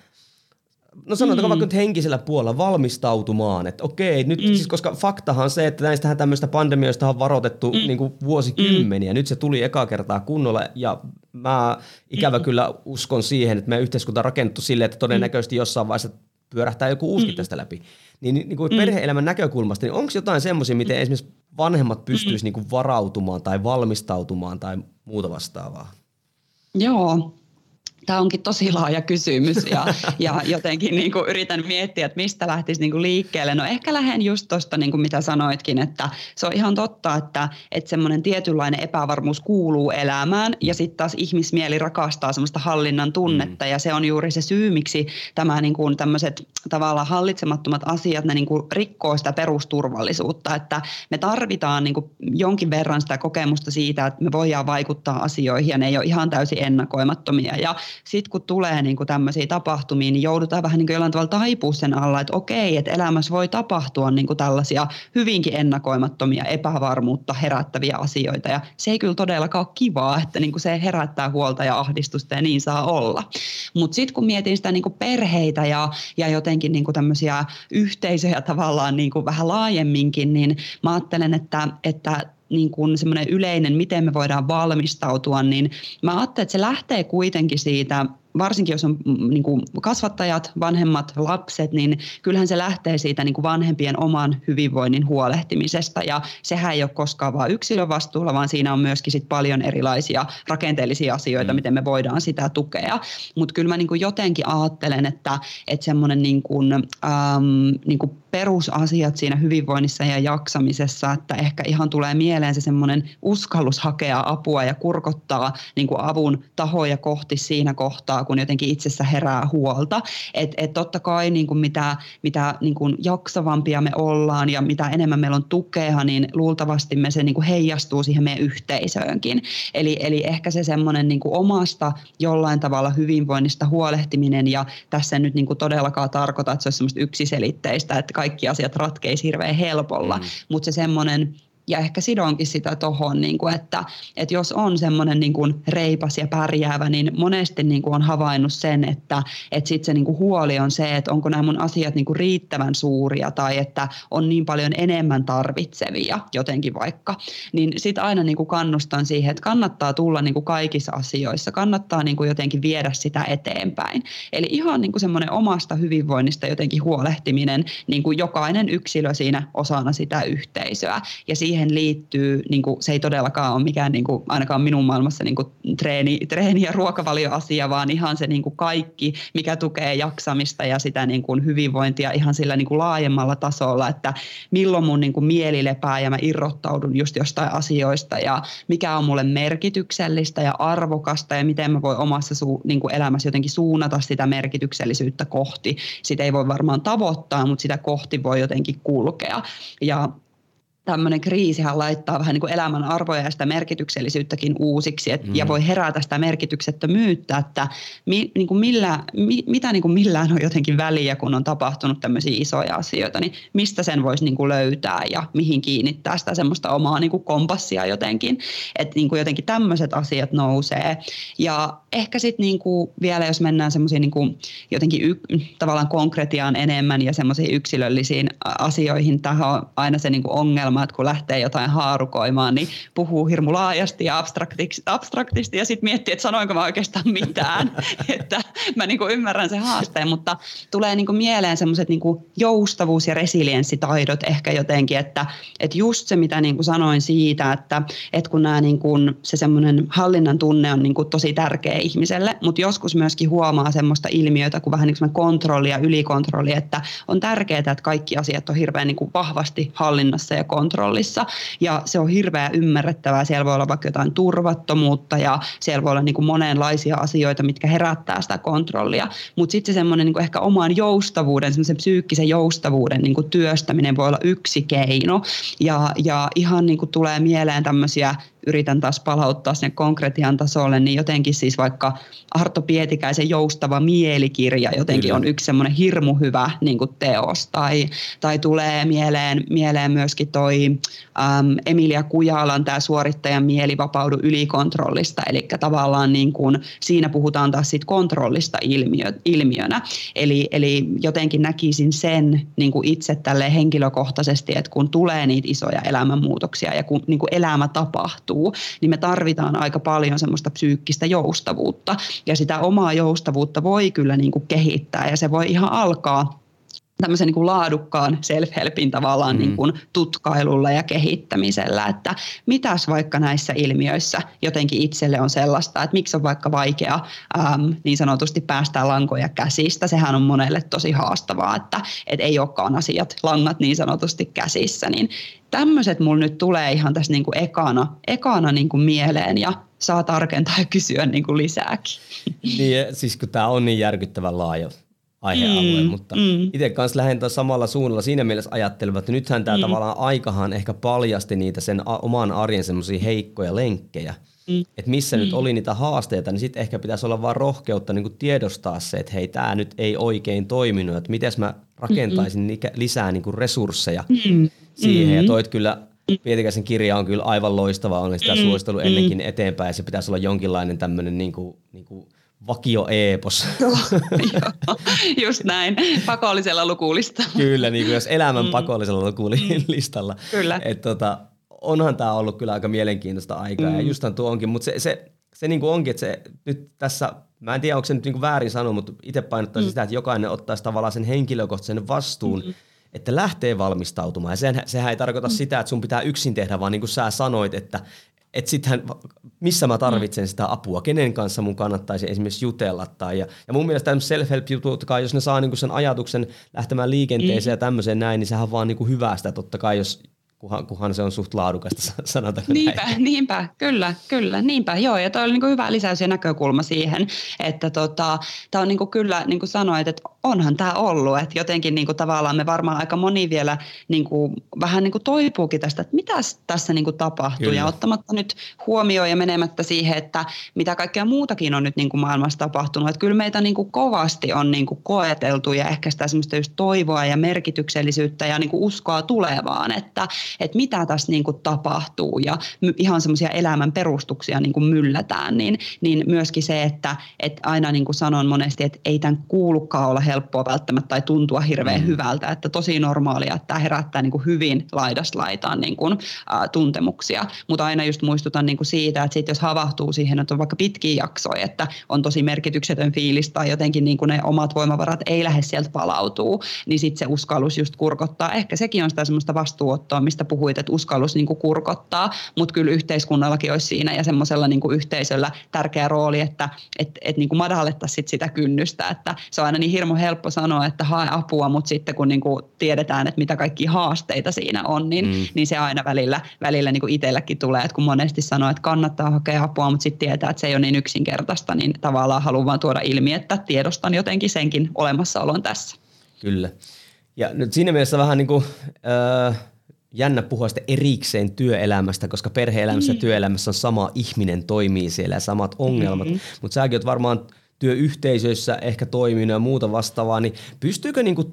no sanotaanko mm. vaikka nyt henkisellä puolella valmistautumaan, että okei, nyt mm. siis koska faktahan on se, että näistähän tämmöistä pandemioista on varoitettu mm. niin kuin vuosikymmeniä. Mm. Nyt se tuli ekaa kertaa kunnolla ja mä ikävä mm. kyllä uskon siihen, että meidän yhteiskunta on rakennettu silleen, että todennäköisesti jossain vaiheessa pyörähtää joku uuskin mm. tästä läpi. Niin, niin kuin mm. perhe-elämän näkökulmasta, niin onko jotain semmoisia, miten mm. esimerkiksi vanhemmat pystyisivät mm. niin kuin varautumaan tai valmistautumaan tai muuta vastaavaa? Joo. Tämä onkin tosi laaja kysymys ja, ja jotenkin niin kuin yritän miettiä, että mistä lähtisi niin kuin liikkeelle. No ehkä lähden just tuosta, niin kuin mitä sanoitkin, että se on ihan totta, että, että semmoinen tietynlainen epävarmuus kuuluu elämään ja sitten taas ihmismieli rakastaa semmoista hallinnan tunnetta mm. ja se on juuri se syy, miksi tämä niin kuin tämmöiset tavallaan hallitsemattomat asiat, ne niin kuin rikkoo sitä perusturvallisuutta, että me tarvitaan niin kuin jonkin verran sitä kokemusta siitä, että me voidaan vaikuttaa asioihin ja ne ei ole ihan täysin ennakoimattomia ja sitten kun tulee niin kuin tämmöisiä tapahtumia, niin joudutaan vähän niin kuin jollain tavalla taipua sen alla, että okei, että elämässä voi tapahtua niin kuin tällaisia hyvinkin ennakoimattomia, epävarmuutta herättäviä asioita. Ja se ei kyllä todellakaan ole kivaa, että niin kuin se herättää huolta ja ahdistusta ja niin saa olla. Mutta sitten kun mietin sitä niin kuin perheitä ja, ja jotenkin niin kuin tämmöisiä yhteisöjä tavallaan niin kuin vähän laajemminkin, niin mä ajattelen, että, että niin kuin semmoinen yleinen, miten me voidaan valmistautua, niin mä ajattelen, että se lähtee kuitenkin siitä, varsinkin jos on niin kuin kasvattajat, vanhemmat, lapset, niin kyllähän se lähtee siitä niin kuin vanhempien oman hyvinvoinnin huolehtimisesta. Ja sehän ei ole koskaan vain yksilön vastuulla, vaan siinä on myöskin sit paljon erilaisia rakenteellisia asioita, mm. miten me voidaan sitä tukea. Mutta kyllä mä niin kuin jotenkin ajattelen, että, että semmoinen niin kuin, äm, niin kuin perusasiat siinä hyvinvoinnissa ja jaksamisessa, että ehkä ihan tulee mieleen se semmoinen uskallus hakea apua ja kurkottaa niin kuin avun tahoja kohti siinä kohtaa, kun jotenkin itsessä herää huolta. Että et totta kai niin kuin mitä, mitä niin kuin jaksavampia me ollaan ja mitä enemmän meillä on tukea, niin luultavasti me se niin kuin heijastuu siihen meidän yhteisöönkin. Eli, eli ehkä se semmoinen niin kuin omasta jollain tavalla hyvinvoinnista huolehtiminen, ja tässä en nyt niin kuin todellakaan tarkoita, että se olisi semmoista yksiselitteistä, että kaikki asiat ratkeisi hirveän helpolla, mm. mutta se semmoinen, ja ehkä sidonkin sitä tohon, niin kuin, että, että jos on semmoinen niin kuin reipas ja pärjäävä, niin monesti niin kuin on havainnut sen, että, että sitten se niin kuin huoli on se, että onko nämä mun asiat niin kuin riittävän suuria tai että on niin paljon enemmän tarvitsevia jotenkin vaikka. Niin sitten aina niin kuin kannustan siihen, että kannattaa tulla niin kuin kaikissa asioissa, kannattaa niin kuin jotenkin viedä sitä eteenpäin. Eli ihan niin kuin semmoinen omasta hyvinvoinnista jotenkin huolehtiminen, niin kuin jokainen yksilö siinä osana sitä yhteisöä. Ja siihen liittyy, niin kuin, se ei todellakaan ole mikään niin kuin, ainakaan minun maailmassa niin kuin treeni, treeni- ja ruokavalioasia, vaan ihan se niin kuin kaikki, mikä tukee jaksamista ja sitä niin kuin hyvinvointia ihan sillä niin kuin laajemmalla tasolla, että milloin mun niin kuin mieli lepää ja mä irrottaudun just jostain asioista ja mikä on mulle merkityksellistä ja arvokasta ja miten mä voin omassa su, niin kuin elämässä jotenkin suunnata sitä merkityksellisyyttä kohti. Sitä ei voi varmaan tavoittaa, mutta sitä kohti voi jotenkin kulkea. Ja tämmöinen kriisihän laittaa vähän niin kuin elämän arvoja ja sitä merkityksellisyyttäkin uusiksi et, mm. ja voi herätä sitä merkityksettömyyttä, että mi, niin kuin millä, mi, mitä niin kuin millään on jotenkin väliä, kun on tapahtunut tämmöisiä isoja asioita, niin mistä sen voisi niin kuin löytää ja mihin kiinnittää sitä semmoista omaa niin kuin kompassia jotenkin, että niin kuin jotenkin tämmöiset asiat nousee. Ja ehkä sitten niin kuin vielä, jos mennään semmoisiin niin kuin jotenkin y, tavallaan konkretiaan enemmän ja semmoisiin yksilöllisiin asioihin, tähän on aina se niin kuin ongelma, että kun lähtee jotain haarukoimaan, niin puhuu hirmu laajasti ja abstraktisti ja sitten miettii, että sanoinko mä oikeastaan mitään. Että mä niin kuin ymmärrän sen haasteen, mutta tulee niin kuin mieleen semmoiset niin kuin joustavuus- ja resilienssitaidot ehkä jotenkin, että, että just se, mitä niin kuin sanoin siitä, että, että kun nämä niin kuin, se semmoinen hallinnan tunne on niin kuin tosi tärkeä ihmiselle, mutta joskus myöskin huomaa semmoista ilmiötä kuin vähän niin kuin kontrolli ja ylikontrolli, että on tärkeää, että kaikki asiat on hirveän niin kuin vahvasti hallinnassa ja kontrollissa, ja se on hirveän ymmärrettävää. Siellä voi olla vaikka jotain turvattomuutta, ja siellä voi olla niin kuin monenlaisia asioita, mitkä herättää sitä kontrollia, mutta sitten se semmoinen niin kuin ehkä oman joustavuuden, semmoisen psyykkisen joustavuuden niin kuin työstäminen voi olla yksi keino, ja, ja ihan niin kuin tulee mieleen tämmöisiä, yritän taas palauttaa sinne konkretian tasolle, niin jotenkin siis vaikka Arto Pietikäisen Joustava mielikirja jotenkin Kyllä. on yksi semmoinen hirmu hyvä niin kuin teos. Tai, tai tulee mieleen, mieleen myöskin toi äm, Emilia Kujalan tämä Suorittajan mieli vapaudu ylikontrollista. Eli tavallaan niin kuin, siinä puhutaan taas siitä kontrollista ilmiö, ilmiönä. Eli, eli jotenkin näkisin sen niin kuin itse tälleen henkilökohtaisesti, että kun tulee niitä isoja elämänmuutoksia ja kun niin kuin elämä tapahtuu, niin me tarvitaan aika paljon semmoista psyykkistä joustavuutta. Ja sitä omaa joustavuutta voi kyllä niin kuin kehittää ja se voi ihan alkaa tämmöisen niin kuin laadukkaan self-helpin tavallaan mm. niin kuin tutkailulla ja kehittämisellä, että mitäs vaikka näissä ilmiöissä jotenkin itselle on sellaista, että miksi on vaikka vaikea äm, niin sanotusti päästää lankoja käsistä. Sehän on monelle tosi haastavaa, että et ei olekaan asiat, langat niin sanotusti käsissä, niin tämmöiset mulla nyt tulee ihan tässä niin kuin ekana, ekana niin kuin mieleen ja saa tarkentaa ja kysyä niin kuin lisääkin. Niin, siis kun tämä on niin järkyttävän laaja aihealue, mm, mutta mm. itse kanssa lähden samalla suunnalla siinä mielessä ajattelemaan, että nythän tämä mm. tavallaan aikahan ehkä paljasti niitä sen a- oman arjen semmoisia heikkoja lenkkejä, mm. että missä mm. nyt oli niitä haasteita, niin sitten ehkä pitäisi olla vaan rohkeutta niin kuin tiedostaa se, että hei, tämä nyt ei oikein toiminut, että miten mä rakentaisin mm. lisää niin kuin resursseja mm. siihen, mm. ja toit kyllä Pietikäisen kirja on kyllä aivan loistava, olen sitä mm. suositellut ennenkin eteenpäin, ja se pitäisi olla jonkinlainen tämmöinen niin kuin, niin kuin vakio-eepos. Joo, just näin, pakollisella lukulistalla. Kyllä, niin kuin jos elämän mm. pakollisella lukulistalla. Kyllä. Et tota, onhan tämä ollut kyllä aika mielenkiintoista aikaa, mm. ja justhan tuo onkin, mutta se, se, se niin kuin onkin, että se nyt tässä, mä en tiedä, onko se nyt niin kuin väärin sanoa, mutta itse painottaisin mm. sitä, että jokainen ottaisi tavallaan sen henkilökohtaisen vastuun, mm. että lähtee valmistautumaan. Ja sehän, sehän ei tarkoita mm. sitä, että sun pitää yksin tehdä, vaan niin kuin sä sanoit, että että sittenhän, missä mä tarvitsen mm. sitä apua, kenen kanssa mun kannattaisi esimerkiksi jutella. Tai, ja, ja mun mielestä self-help-jutut, jos ne saa niinku sen ajatuksen lähtemään liikenteeseen mm. ja tämmöiseen näin, niin sehän on vaan niinku hyvää sitä totta kai, jos Kunhan, kunhan se on suht laadukasta, sanotaanko niinpä, näin. Niinpä, kyllä, kyllä, niinpä, joo. Ja toi oli niin kuin hyvä lisäys ja näkökulma siihen, että tota, tämä on niin kuin kyllä, niin kuin sanoit, että onhan tämä ollut, että jotenkin niin kuin tavallaan me varmaan aika moni vielä niin kuin, vähän niin kuin toipuukin tästä, että mitä tässä niin kuin tapahtuu. Kyllä. Ja ottamatta nyt huomioon ja menemättä siihen, että mitä kaikkea muutakin on nyt niin kuin maailmassa tapahtunut. Että kyllä meitä niin kuin kovasti on niin kuin koeteltu ja ehkä sitä semmoista just toivoa ja merkityksellisyyttä ja niin kuin uskoa tulevaan, että että mitä tässä niin kuin tapahtuu ja ihan semmoisia elämän perustuksia niin kuin myllätään, niin, niin myöskin se, että, että aina niin kuin sanon monesti, että ei tämän kuulukaan olla helppoa välttämättä tai tuntua hirveän mm. hyvältä, että tosi normaalia, että tämä herättää niin kuin hyvin laidasta laitaan niin kuin, ä, tuntemuksia, mutta aina just muistutan niin kuin siitä, että sit jos havahtuu siihen, että on vaikka pitkiä jaksoja, että on tosi merkityksetön fiilis tai jotenkin niin kuin ne omat voimavarat ei lähde sieltä palautuu, niin sitten se uskallus just kurkottaa. Ehkä sekin on sitä semmoista vastuuottoa, mistä puhuit, että uskallus niin kuin kurkottaa, mutta kyllä yhteiskunnallakin olisi siinä ja semmoisella niin kuin yhteisöllä tärkeä rooli, että et, et niin kuin madallettaisiin sit sitä kynnystä, että se on aina niin hirmu helppo sanoa, että hae apua, mutta sitten kun niin kuin tiedetään, että mitä kaikkia haasteita siinä on, niin, mm. niin se aina välillä, välillä niin kuin itselläkin tulee, että kun monesti sanoo, että kannattaa hakea apua, mutta sitten tietää, että se ei ole niin yksinkertaista, niin tavallaan haluan vaan tuoda ilmi, että tiedostan jotenkin senkin olemassaolon tässä. Kyllä. Ja nyt siinä mielessä vähän niin kuin Äh... jännä puhua sitten erikseen työelämästä, koska perhe-elämässä ja mm. työelämässä on sama ihminen toimii siellä ja samat ongelmat. Mm-hmm. Mutta säkin oot varmaan työyhteisöissä ehkä toiminut ja muuta vastaavaa, niin pystyykö niinku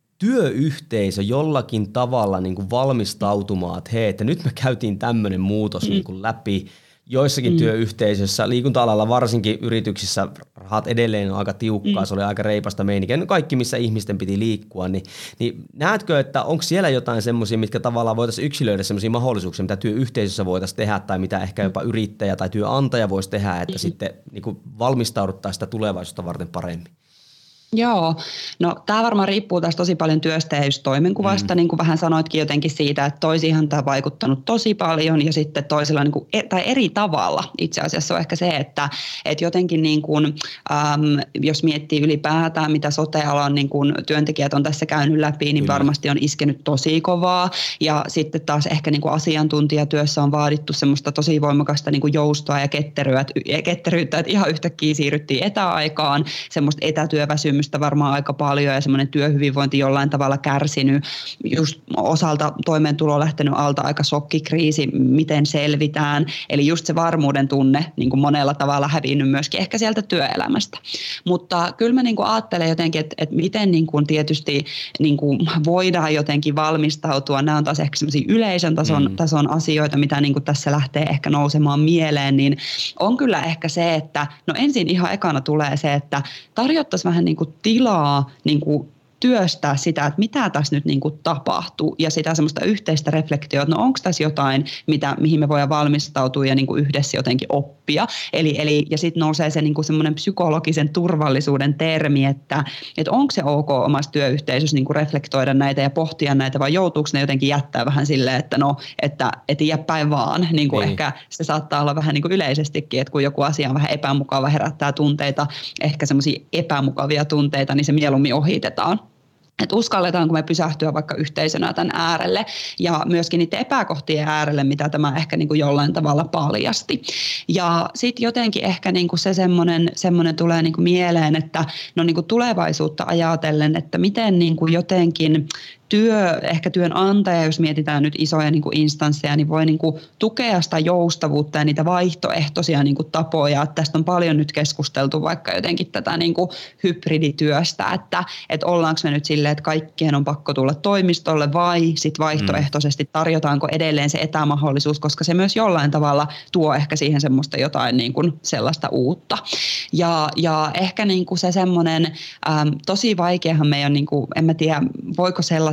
työyhteisö jollakin tavalla niinku valmistautumaan, että hei, että nyt me käytiin tämmöinen muutos mm. niinku läpi. Joissakin mm. työyhteisöissä, liikunta-alalla varsinkin yrityksissä rahat edelleen on aika tiukkaa, mm. se oli aika reipasta meininkiä. Kaikki, missä ihmisten piti liikkua, niin, niin näetkö, että onko siellä jotain semmoisia, mitkä tavallaan voitaisiin yksilöidä semmoisia mahdollisuuksia, mitä työyhteisössä voitaisiin tehdä tai mitä ehkä jopa yrittäjä tai työnantaja voisi tehdä, että mm. sitten niin kuin valmistauduttaisiin sitä tulevaisuutta varten paremmin? Joo, no tämä varmaan riippuu tästä tosi paljon työstä ja just toimenkuvasta, mm. niin kuin vähän sanoitkin jotenkin siitä, että toisiinhan tämä on vaikuttanut tosi paljon ja sitten toisilla niin kuin, tai eri tavalla itse asiassa on ehkä se, että, että jotenkin niin kuin, äm, jos miettii ylipäätään, mitä sote-alan niin kuin työntekijät on tässä käynyt läpi, niin mm. varmasti on iskenyt tosi kovaa ja sitten taas ehkä niin kuin asiantuntijatyössä on vaadittu semmoista tosi voimakasta niin kuin joustoa ja ketteryyttä, että ihan yhtäkkiä siirryttiin etäaikaan, semmoista etätyöväsymystä varmaan aika paljon ja semmoinen työhyvinvointi jollain tavalla kärsinyt, just osalta toimeentulo lähtenyt alta aika shokkikriisi, miten selvitään, eli just se varmuuden tunne niin kuin monella tavalla hävinnyt myöskin ehkä sieltä työelämästä. Mutta kyllä mä niin kuin ajattelen jotenkin, että, että miten niin kuin tietysti niin kuin voidaan jotenkin valmistautua, nämä on taas ehkä semmoisia yleisen tason, mm. tason asioita, mitä niin kuin tässä lähtee ehkä nousemaan mieleen, niin on kyllä ehkä se, että no ensin ihan ekana tulee se, että tarjottaisiin vähän niin kuin tilaa niin kuin työstää sitä, että mitä tässä nyt niin kuin tapahtuu ja sitä semmoista yhteistä reflektiota, että no onko tässä jotain, mitä, mihin me voidaan valmistautua ja niin kuin yhdessä jotenkin oppia. Eli, eli, ja sitten nousee se niin kuin semmoinen psykologisen turvallisuuden termi, että, että onko se ok omassa työyhteisössä niin kuin reflektoida näitä ja pohtia näitä vai joutuuko ne jotenkin jättää vähän silleen, että no, että et jää päin vaan. Niin kuin ehkä se saattaa olla vähän niin kuin yleisestikin, että kun joku asia on vähän epämukava, herättää tunteita, ehkä semmoisia epämukavia tunteita, niin se mieluummin ohitetaan. Että uskalletaanko me pysähtyä vaikka yhteisönä tämän äärelle ja myöskin niiden epäkohtien äärelle, mitä tämä ehkä niin kuin jollain tavalla paljasti. Ja sitten jotenkin ehkä niin kuin se semmoinen, semmoinen tulee niin kuin mieleen, että no niin kuin tulevaisuutta ajatellen, että miten niin kuin jotenkin työ, ehkä työnantaja, jos mietitään nyt isoja niin kuin instansseja, niin voi niin kuin tukea sitä joustavuutta ja niitä vaihtoehtoisia niin kuin tapoja. Että tästä on paljon nyt keskusteltu vaikka jotenkin tätä niin kuin hybridityöstä, että, että ollaanko me nyt silleen, että kaikkien on pakko tulla toimistolle vai sitten vaihtoehtoisesti tarjotaanko edelleen se etämahdollisuus, koska se myös jollain tavalla tuo ehkä siihen semmoista jotain niin kuin sellaista uutta. Ja, ja ehkä niin kuin se semmoinen, äm, tosi vaikeahan meidän, niin kuin, en mä tiedä, voiko sellaisen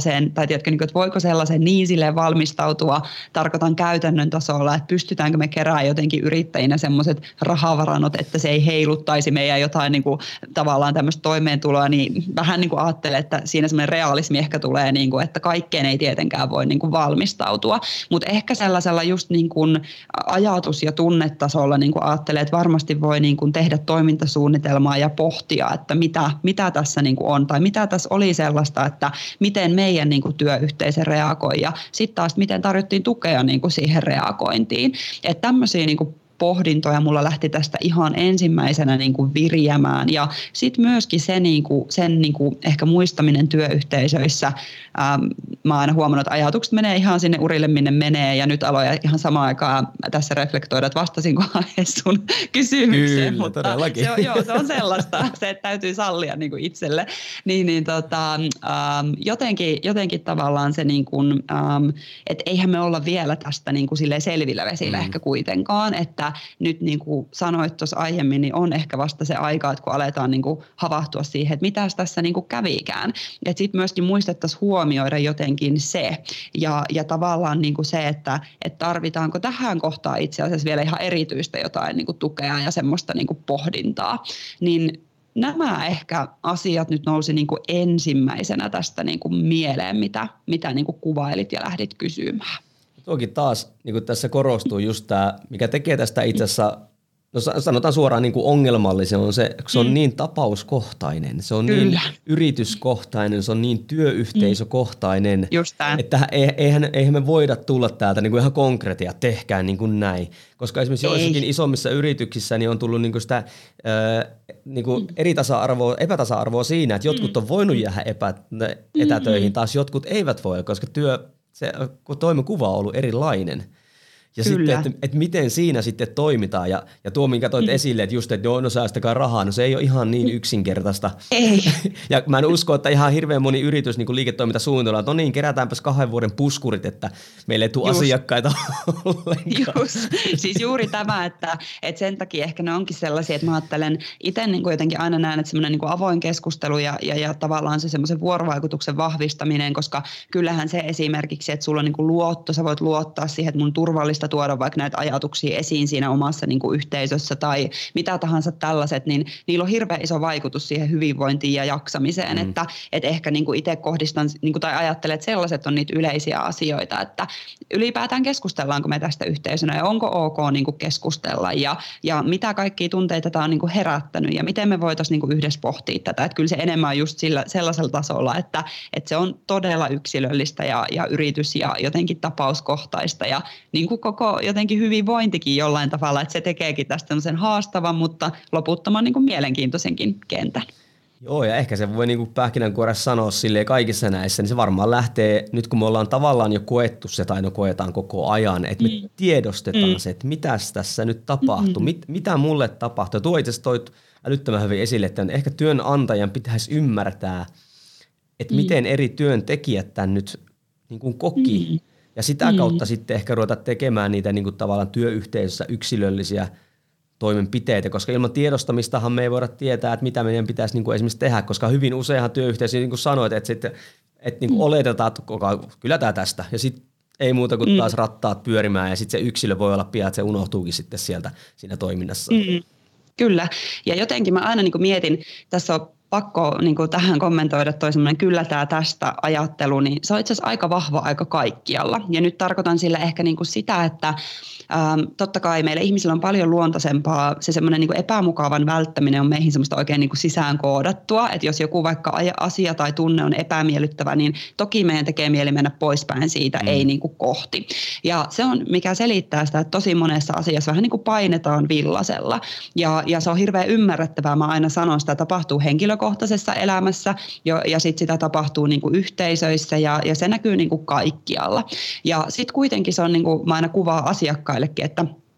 sellaiseen, tai tiedätkö, niin kuin, että voiko sellaiseen niin silleen valmistautua, tarkoitan käytännön tasolla, että pystytäänkö me keräämään jotenkin yrittäjinä semmoiset rahavarannot, että se ei heiluttaisi meidän jotain niin kuin, tavallaan tämmöistä toimeentuloa, niin vähän niin kuin ajattelen, että siinä semmoinen realismi ehkä tulee, niin kuin, että kaikkeen ei tietenkään voi niin kuin valmistautua, mutta ehkä sellaisella just niin kuin ajatus- ja tunnetasolla niin kuin ajattelee, että varmasti voi niin kuin tehdä toimintasuunnitelmaa ja pohtia, että mitä, mitä tässä niin kuin on tai mitä tässä oli sellaista, että miten meidän niin kuin työyhteisö reagoi ja sitten taas miten tarjottiin tukea niin kuin siihen reagointiin. Että tämmöisiä niin kuin pohdintoja mulla lähti tästä ihan ensimmäisenä niin kuin viriämään ja sitten myöskin se, niin kuin, sen niin kuin ehkä muistaminen työyhteisöissä. Ähm, mä oon aina huomannut, että ajatukset menee ihan sinne urille, minne menee ja nyt aloin ihan samaan aikaan tässä reflektoida, että vastasinko sun kysymykseen. Kyllä, mutta todellakin. Se on, joo, se on sellaista, se että täytyy sallia niin kuin itselle. Niin, niin tota, ähm, jotenkin, jotenkin tavallaan se, niin kuin, ähm, että eihän me olla vielä tästä niin kuin silleen selvillä vesillä mm. ehkä kuitenkaan, että nyt niin kuin sanoit tuossa aiemmin, niin on ehkä vasta se aika, että kun aletaan niin kuin havahtua siihen, että mitäs tässä niin kuin kävikään. Että sitten myöskin muistettaisiin huomioida jotenkin se ja, ja tavallaan niin kuin se, että, että tarvitaanko tähän kohtaan itse asiassa vielä ihan erityistä jotain niin kuin tukea ja semmoista niin kuin pohdintaa. Niin nämä ehkä asiat nyt nousi niin kuin ensimmäisenä tästä niin kuin mieleen, mitä, mitä niin kuin kuvailit ja lähdit kysymään. Toki taas niin kuin tässä korostuu just tämä, mikä tekee tästä itse asiassa, no sanotaan suoraan niin kuin ongelmallisen, on se, se on mm. niin tapauskohtainen, se on Kyllä. niin yrityskohtainen, se on niin työyhteisökohtainen, mm. että eihän, eihän me voida tulla täältä niin kuin ihan konkreettia, tehkää niin kuin näin. Koska esimerkiksi Ei. joissakin isommissa yrityksissä niin on tullut niin kuin sitä äh, niin kuin eri tasa-arvoa, epätasa-arvoa siinä, että jotkut on voinut jäädä epä, etätöihin, taas jotkut eivät voi, koska työ se toimenkuva on ollut erilainen. Ja Kyllä. sitten, että, että miten siinä sitten toimitaan. Ja, ja tuo, minkä toit mm. esille, että just, että no säästäkää rahaa, no se ei ole ihan niin yksinkertaista. Ei. Ja mä en usko, että ihan hirveän moni yritys niin liiketoimintasuunnitelma, että no niin, kerätäänpäs kahden vuoden puskurit, että meille ei tule just. asiakkaita ollenkaan. Just. Siis juuri tämä, että, että sen takia ehkä ne onkin sellaisia, että mä ajattelen itse niin kuin jotenkin aina näen, että semmoinen niin kuin avoin keskustelu ja, ja, ja tavallaan se semmoisen vuorovaikutuksen vahvistaminen, koska kyllähän se esimerkiksi, että sulla on niin kuin luotto, sä voit luottaa siihen, että mun turvallista tuoda vaikka näitä ajatuksia esiin siinä omassa niin kuin yhteisössä tai mitä tahansa tällaiset, niin niillä on hirveän iso vaikutus siihen hyvinvointiin ja jaksamiseen, mm. että, että ehkä niin kuin itse kohdistan niin kuin, tai ajattelen, että sellaiset on niitä yleisiä asioita, että ylipäätään keskustellaanko me tästä yhteisönä ja onko ok niin kuin keskustella ja, ja mitä kaikkia tunteita tämä on niin kuin herättänyt ja miten me voitaisiin niin kuin yhdessä pohtia tätä, että kyllä se enemmän on just sillä, sellaisella tasolla, että, että se on todella yksilöllistä ja, ja yritys ja jotenkin tapauskohtaista ja niin kuin koko jotenkin hyvinvointikin jollain tavalla, että se tekeekin tästä tämmöisen haastavan, mutta loputtoman niin kuin mielenkiintoisenkin kentän. Joo, ja ehkä se voi niin kuin pähkinänkuoressa sanoa silleen kaikissa näissä, niin se varmaan lähtee, nyt kun me ollaan tavallaan jo koettu se, tai no koetaan koko ajan, että me mm. tiedostetaan mm. se, että mitäs tässä nyt tapahtuu, mm. Mit, mitä mulle tapahtuu. Tuo itse asiassa toit älyttömän hyvin esille, että ehkä työnantajan pitäisi ymmärtää, että mm. miten eri työntekijät tämän nyt niin kuin koki, mm. ja sitä mm. kautta sitten ehkä ruveta tekemään niitä niin kuin tavallaan työyhteisössä yksilöllisiä toimenpiteitä, koska ilman tiedostamistahan me ei voida tietää, että mitä meidän pitäisi niin kuin esimerkiksi tehdä, koska hyvin useinhan työyhteisössä, niin kuin sanoit, että, sitten, että niin kuin mm. oletetaan, että kyllä tämä tästä, ja sitten ei muuta kuin mm. taas rattaat pyörimään, ja sitten se yksilö voi olla pian, että se unohtuukin sitten sieltä siinä toiminnassa. Mm. Kyllä, ja jotenkin mä aina niin kuin mietin, tässä on pakko niin kuin tähän kommentoida toi semmoinen kyllä tämä tästä ajattelu, niin se on itse asiassa aika vahva aika kaikkialla. Ja nyt tarkoitan sillä ehkä niin kuin sitä, että ähm, totta kai meillä ihmisillä on paljon luontaisempaa, se semmoinen niin kuin epämukavan välttäminen on meihin semmoista oikein niin kuin sisään koodattua, että jos joku vaikka asia tai tunne on epämiellyttävä, niin toki meidän tekee mieli mennä poispäin siitä, mm. ei niin kuin kohti. Ja se on, mikä selittää sitä, että tosi monessa asiassa vähän niin kuin painetaan villasella. Ja, ja se on hirveän ymmärrettävää, mä aina sanon, sitä tapahtuu henkilökohtaisesti, kohtaisessa elämässä jo, ja sitten sitä tapahtuu niin kuin yhteisöissä ja, ja se näkyy niin kuin kaikkialla. Ja sitten kuitenkin se on, niin kuin mä aina kuvaan asiakkaillekin, että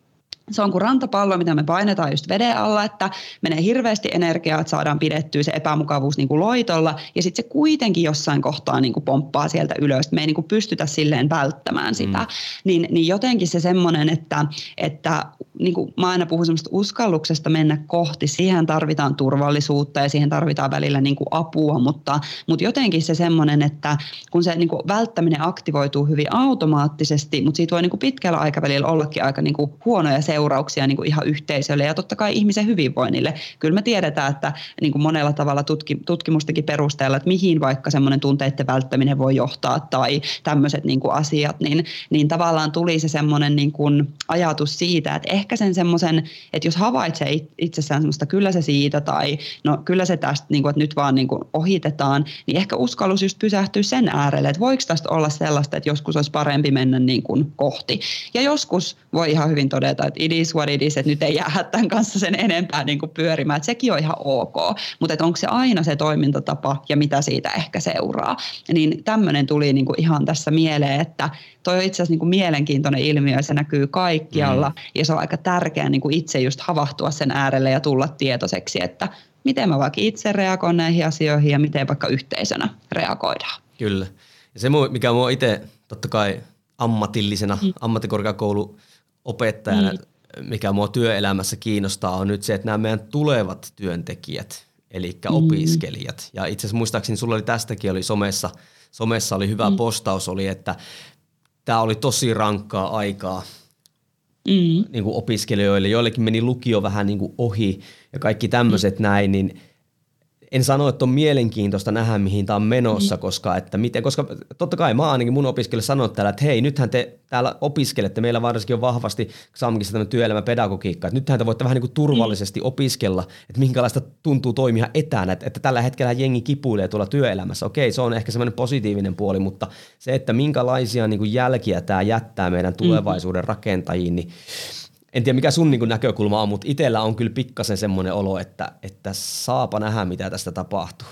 se on kuin rantapallo, mitä me painetaan just veden alla, että menee hirveästi energiaa, että saadaan pidettyä se epämukavuus niin kuin loitolla, ja sitten se kuitenkin jossain kohtaa niin kuin pomppaa sieltä ylös. Me ei niin kuin pystytä silleen välttämään sitä. Mm. Niin, niin jotenkin se semmoinen, että, että niin kuin mä aina puhun semmoista uskalluksesta mennä kohti, siihen tarvitaan turvallisuutta ja siihen tarvitaan välillä niin kuin apua, mutta, mutta jotenkin se semmoinen, että kun se niin kuin välttäminen aktivoituu hyvin automaattisesti, mutta siitä voi niin kuin pitkällä aikavälillä ollakin aika niin kuin huonoja seurauksia niin kuin ihan yhteisölle ja totta kai ihmisen hyvinvoinnille. Kyllä me tiedetään, että niin kuin monella tavalla tutki, tutkimustakin perusteella, että mihin vaikka semmoinen tunteiden välttäminen voi johtaa tai tämmöiset niin kuin asiat, niin, niin tavallaan tuli se semmoinen niin kuin ajatus siitä, että ehkä sen semmoisen, että jos havaitsee itsessään semmoista kyllä se siitä tai no kyllä se tästä, niin kuin, että nyt vaan niin kuin ohitetaan, niin ehkä uskallus just pysähtyä sen äärelle, että voiko tästä olla sellaista, että joskus olisi parempi mennä niin kuin kohti. Ja joskus voi ihan hyvin todeta, että it is what it is, että nyt ei jää tämän kanssa sen enempää niin kuin pyörimään, että sekin on ihan ok, mutta että onko se aina se toimintatapa ja mitä siitä ehkä seuraa. Niin tämmöinen tuli niin kuin ihan tässä mieleen, että toi on itse asiassa niin kuin mielenkiintoinen ilmiö ja se näkyy kaikkialla mm. ja se on aika tärkeää niin kuin itse just havahtua sen äärelle ja tulla tietoiseksi, että miten mä vaikka itse reagoin näihin asioihin ja miten vaikka yhteisönä reagoidaan. Kyllä. Ja se, mikä mua itse totta kai ammatillisena, mm. ammattikorkeakouluopettajana, mm. mikä mua työelämässä kiinnostaa, on nyt se, että nämä meidän tulevat työntekijät, eli mm. opiskelijat. Ja itse asiassa muistaakseni sulla oli tästäkin, oli somessa, somessa oli hyvä mm. postaus, oli, että tämä oli tosi rankkaa aikaa mm. niin kuin opiskelijoille. Joillekin meni lukio vähän niin kuin ohi ja kaikki tämmöiset mm. näin, niin en sano, että on mielenkiintoista nähdä, mihin tämä on menossa, mm. koska, että miten, koska totta kai mä ainakin mun opiskelijoille sanonut täällä, että hei, nythän te täällä opiskelette, meillä varsinkin on vahvasti saamakin tämmöinen työelämäpedagogiikka, että nythän te voitte vähän niin kuin turvallisesti mm. opiskella, että minkälaista tuntuu toimia etänä, että, että tällä hetkellä jengi kipuilee tuolla työelämässä. Okei, se on ehkä semmoinen positiivinen puoli, mutta se, että minkälaisia niin kuin jälkiä tämä jättää meidän tulevaisuuden mm. rakentajiin, niin en tiedä, mikä sun niin kuin näkökulma on, mutta itsellä on kyllä pikkasen semmoinen olo, että, että saapa nähdä, mitä tästä tapahtuu.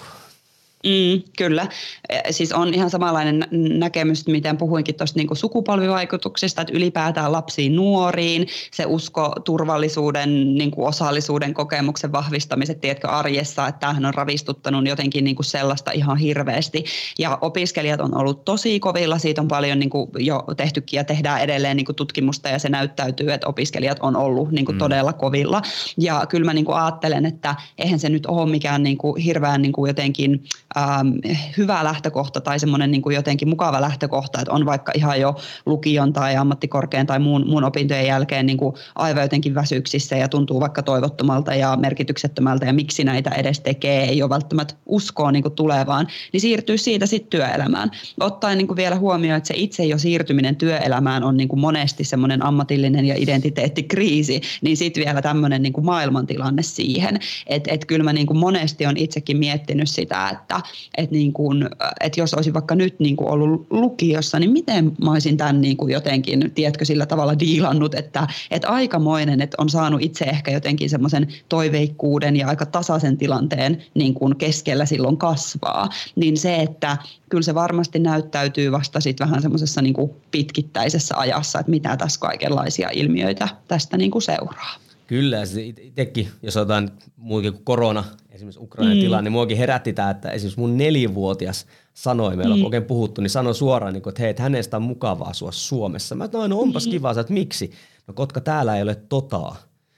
Mm, kyllä. Siis on ihan samanlainen näkemys, miten puhuinkin tuosta niin kuin sukupolvivaikutuksista, että ylipäätään lapsiin, nuoriin, se usko turvallisuuden, niin kuin osallisuuden kokemuksen vahvistamiset, tiedätkö, arjessa, että tämähän on ravistuttanut jotenkin niin kuin sellaista ihan hirveästi. Ja opiskelijat on ollut tosi kovilla, siitä on paljon niin kuin jo tehtykin ja tehdään edelleen niin kuin tutkimusta ja se näyttäytyy, että opiskelijat on ollut niin kuin mm. todella kovilla. Ja kyllä mä niin kuin ajattelen, että eihän se nyt ole mikään niin kuin hirveän niin kuin jotenkin Ähm, hyvä lähtökohta tai semmoinen niin kuin jotenkin mukava lähtökohta, että on vaikka ihan jo lukion tai ammattikorkean tai muun, muun opintojen jälkeen niin kuin aivan jotenkin väsyksissä ja tuntuu vaikka toivottomalta ja merkityksettömältä ja miksi näitä edes tekee, ei ole välttämättä uskoa niin kuin tulevaan, niin siirtyy siitä sitten työelämään. Ottaen niin kuin vielä huomioon, että se itse jo siirtyminen työelämään on niin kuin monesti semmoinen ammatillinen ja identiteettikriisi, niin sitten vielä tämmöinen niin kuin maailmantilanne siihen, että et kyllä mä niin kuin monesti on itsekin miettinyt sitä, että Että niin kuin, että jos olisin vaikka nyt niin kuin ollut lukiossa, niin miten mä olisin tämän niin kuin jotenkin, tiedätkö, sillä tavalla diilannut, että, että aikamoinen, että on saanut itse ehkä jotenkin semmoisen toiveikkuuden ja aika tasaisen tilanteen niin kuin keskellä silloin kasvaa. Niin se, että kyllä se varmasti näyttäytyy vasta sitten vähän semmoisessa niin kuin pitkittäisessä ajassa, että mitä tässä kaikenlaisia ilmiöitä tästä niin kuin seuraa. Kyllä, itsekin, jos otetaan muukin kuin korona, esimerkiksi Ukrainan mm. tilanne, niin muakin herätti tämä, että esimerkiksi mun nelivuotias sanoi, meillä on mm. oikein puhuttu, niin sanoi suoraan, että hei, että hänestä on mukavaa asua Suomessa. Mä sanoin, no onpas mm. kiva, että miksi? No koska täällä ei ole totaa.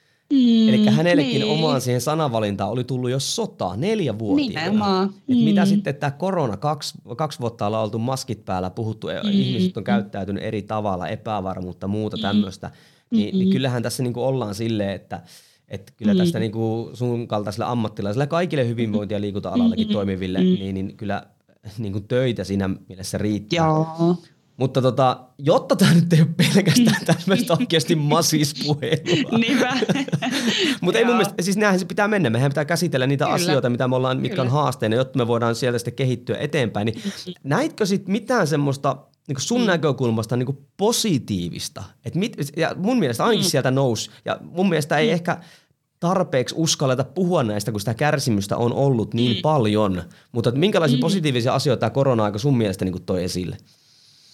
Mm, Eli hänellekin niin. omaan siihen sanavalintaan oli tullut jo sota neljävuotiaana. Mm. Että mitä sitten tämä korona, kaksi, kaksi vuotta ollaan oltu maskit päällä, puhuttu, mm. ihmiset on käyttäytynyt eri tavalla, epävarmuutta, muuta mm. tämmöistä. Niin, niin kyllähän tässä niinku ollaan silleen, että, että kyllä mm. tästä niinku sun kaltaisille ammattilaisille, kaikille hyvinvointi- ja liikunta-alallakin mm. toimiville, mm. niin, niin kyllä niinku töitä siinä mielessä riittää. Joo. Mutta tota, jotta tämä nyt ei ole pelkästään tämmöistä oikeasti masispuhelua. Niinpä. Mutta ei mun mielestä, siis näinhän se pitää mennä. Mehän pitää käsitellä niitä Kyllä. asioita, mitä me ollaan, mitkä Kyllä. on haasteena, jotta me voidaan sieltä sitten kehittyä eteenpäin. Niin näitkö sitten mitään semmoista niin sun mm. näkökulmasta niin positiivista? Et mit, ja mun mielestä ainakin mm. sieltä nousi. Ja mun mielestä ei mm. ehkä tarpeeksi uskalleta puhua näistä, kun sitä kärsimystä on ollut niin mm. paljon. Mutta minkälaisia mm. positiivisia asioita tämä korona-aika sun mielestä niin toi esille?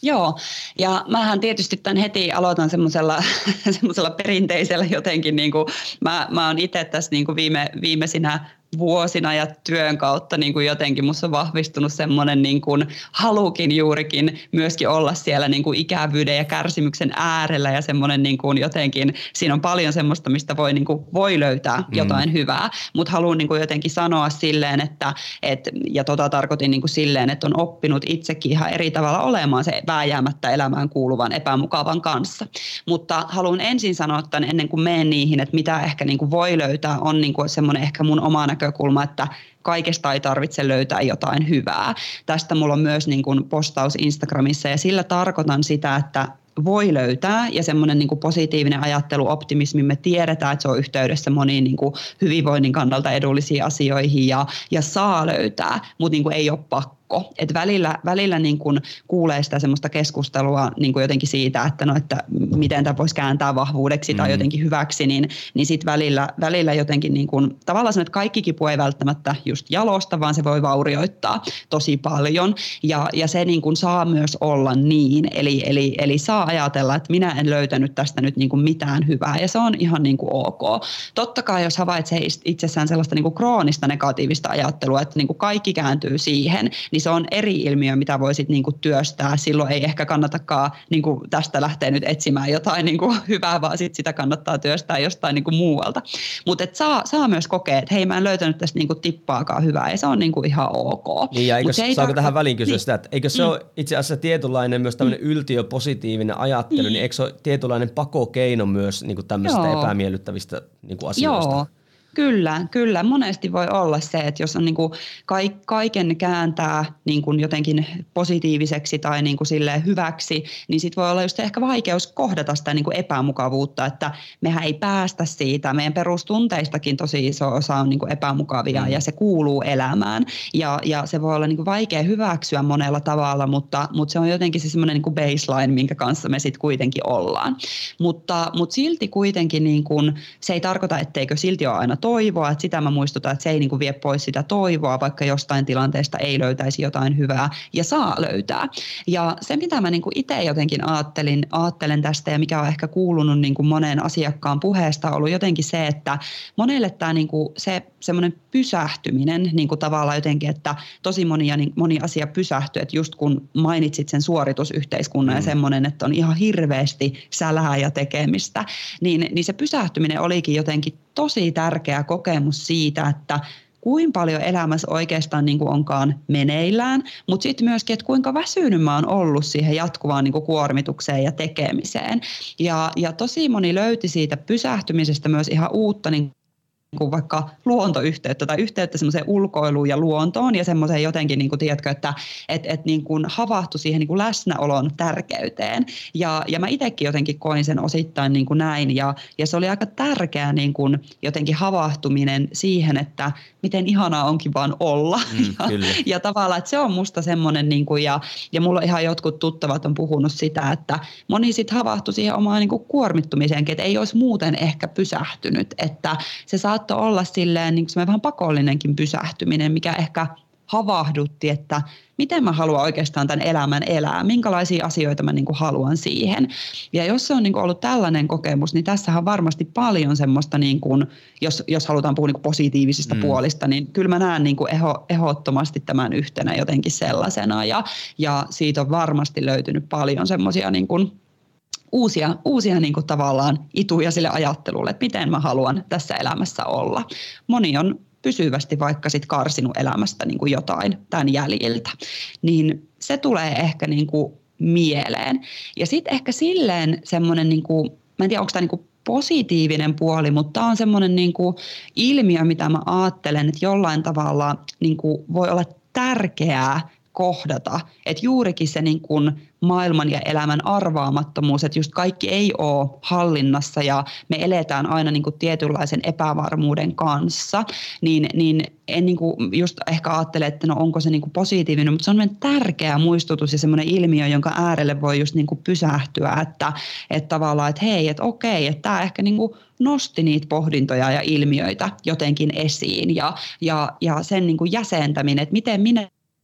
Joo, ja mähän tietysti tämän heti aloitan semmoisella semmoisella perinteisellä jotenkin, niin kuin mä, mä oon itse tässä niin kuin viime, viimeisinä vuosina ja työn kautta niin kuin jotenkin musta on vahvistunut semmoinen niin kuin halukin juurikin myöskin olla siellä niin kuin ikävyyden ja kärsimyksen äärellä ja semmoinen niin kuin jotenkin, siinä on paljon semmoista, mistä voi, niin kuin, voi löytää jotain mm. hyvää, mutta haluan niin kuin jotenkin sanoa silleen, että et, ja tota tarkoitin niin kuin silleen, että on oppinut itsekin ihan eri tavalla olemaan se vääjäämättä elämään kuuluvan epämukavan kanssa, mutta haluan ensin sanoa tämän ennen kuin menen niihin, että mitä ehkä niin kuin voi löytää, on niin kuin semmoinen ehkä mun oma näkökulma, että kaikesta ei tarvitse löytää jotain hyvää. Tästä mulla on myös niin kuin postaus Instagramissa ja sillä tarkoitan sitä, että voi löytää ja semmoinen niin kuin positiivinen ajattelu, optimismi, me tiedetään, että se on yhteydessä moniin niin kuin hyvinvoinnin kannalta edullisiin asioihin ja, ja saa löytää, mutta niin kuin ei ole pakko. Et välillä välillä niin kun kuulee sitä semmoista keskustelua niin kun jotenkin siitä, että, no, että miten tämä voisi kääntää vahvuudeksi tai mm. jotenkin hyväksi, niin, niin sitten välillä, välillä jotenkin niin kun, tavallaan sanoa, että kaikki kipu ei välttämättä just jalosta, vaan se voi vaurioittaa tosi paljon ja, ja se niin kun saa myös olla niin, eli, eli, eli saa ajatella, että minä en löytänyt tästä nyt niin kun mitään hyvää ja se on ihan niin kun ok. Totta kai jos havaitsee itsessään sellaista niin kun kroonista negatiivista ajattelua, että niin kun kaikki kääntyy siihen, niin se on eri ilmiö, mitä voisit niinku työstää. Silloin ei ehkä kannatakaan niinku tästä lähteä nyt etsimään jotain niinku hyvää, vaan sit sitä kannattaa työstää jostain niinku muualta. Mutta saa, saa myös kokea, että hei, mä en löytänyt tästä niinku tippaakaan hyvää, ja se on niinku ihan ok. Niin, ja eikö, saako tarko- tähän väliin kysyä niin. sitä, että eikö se mm. ole itse asiassa tietynlainen myös tämmöinen mm. yltiöpositiivinen ajattelu, mm. niin eikö se ole tietynlainen pakokeino myös niinku tämmöisistä Joo. epämiellyttävistä niinku asioista? Joo. Kyllä, kyllä. Monesti voi olla se, että jos on niin kuin kaiken kääntää niin kuin jotenkin positiiviseksi tai niin kuin silleen hyväksi, niin sitten voi olla just ehkä vaikeus kohdata sitä niin kuin epämukavuutta, että mehän ei päästä siitä. Meidän perustunteistakin tosi iso osa on niin kuin epämukavia mm. ja se kuuluu elämään ja, ja se voi olla niin kuin vaikea hyväksyä monella tavalla, mutta, mutta se on jotenkin se semmoinen niin kuin baseline, minkä kanssa me sitten kuitenkin ollaan. Mutta, mutta silti kuitenkin niin kuin, se ei tarkoita, etteikö silti ole aina toivoa, että sitä mä muistutan, että se ei niin kuin vie pois sitä toivoa, vaikka jostain tilanteesta ei löytäisi jotain hyvää ja saa löytää. Ja se, mitä mä niin kuin itse jotenkin ajattelin, ajattelen tästä ja mikä on ehkä kuulunut niin kuin monen asiakkaan puheesta, on ollut jotenkin se, että monelle tämä niin kuin se semmoinen pysähtyminen niin kuin tavallaan jotenkin, että tosi moni, ja niin, moni asia pysähtyy, että just kun mainitsit sen suoritusyhteiskunnan mm. ja semmoinen, että on ihan hirveästi sälää ja tekemistä, niin, niin se pysähtyminen olikin jotenkin tosi tärkeä kokemus siitä, että kuinka paljon elämässä oikeastaan niin kuin onkaan meneillään, mutta sitten myöskin, että kuinka väsynyt mä oon ollut siihen jatkuvaan niin kuin kuormitukseen ja tekemiseen. Ja, ja tosi moni löyti siitä pysähtymisestä myös ihan uutta niin kuin vaikka luontoyhteyttä tai yhteyttä semmoiseen ulkoiluun ja luontoon ja semmoiseen jotenkin, niin kuin, tiedätkö, että et, et, niin kuin havahtui siihen niin kuin läsnäolon tärkeyteen. Ja, ja mä itsekin jotenkin koin sen osittain niin kuin näin ja, ja se oli aika tärkeä niin kuin jotenkin havahtuminen siihen, että miten ihanaa onkin vaan olla. Mm, ja, ja tavallaan, että se on musta semmoinen, niin kuin, ja, ja mulla ihan jotkut tuttavat on puhunut sitä, että moni sitten havahtui siihen omaan niin kuin kuormittumiseenkin, että ei olisi muuten ehkä pysähtynyt, että se saattoi olla silleen niin kuin vähän pakollinenkin pysähtyminen, mikä ehkä havahdutti, että miten mä haluan oikeastaan tämän elämän elää, minkälaisia asioita mä niin kuin haluan siihen. Ja jos se on niin kuin ollut tällainen kokemus, niin tässähän on varmasti paljon semmoista, niin kuin, jos, jos halutaan puhua niin kuin positiivisista mm. puolista, niin kyllä mä näen niin kuin eho, ehdottomasti tämän yhtenä jotenkin sellaisena. Ja, ja siitä on varmasti löytynyt paljon semmoisia niin kuin uusia, uusia niin kuin tavallaan ituja sille ajattelulle, että miten mä haluan tässä elämässä olla. Moni on pysyvästi vaikka sit karsinut elämästä niin kuin jotain tämän jäljiltä, niin se tulee ehkä niin kuin mieleen. Ja sitten ehkä silleen semmoinen, niin kuin, mä en tiedä onko tämä niin kuin positiivinen puoli, mutta tämä on semmoinen niin kuin ilmiö, mitä mä ajattelen, että jollain tavalla niin kuin voi olla tärkeää kohdata, että juurikin se niin kuin maailman ja elämän arvaamattomuus, että just kaikki ei ole hallinnassa ja me eletään aina niin kuin tietynlaisen epävarmuuden kanssa, niin, niin en niin kuin just ehkä ajattele, että no onko se niin kuin positiivinen, mutta se on tärkeä muistutus ja semmoinen ilmiö, jonka äärelle voi just niin kuin pysähtyä, että, että tavallaan, että hei, että okei, että tämä ehkä niin kuin nosti niitä pohdintoja ja ilmiöitä jotenkin esiin ja, ja, ja sen niin kuin jäsentäminen, että miten minä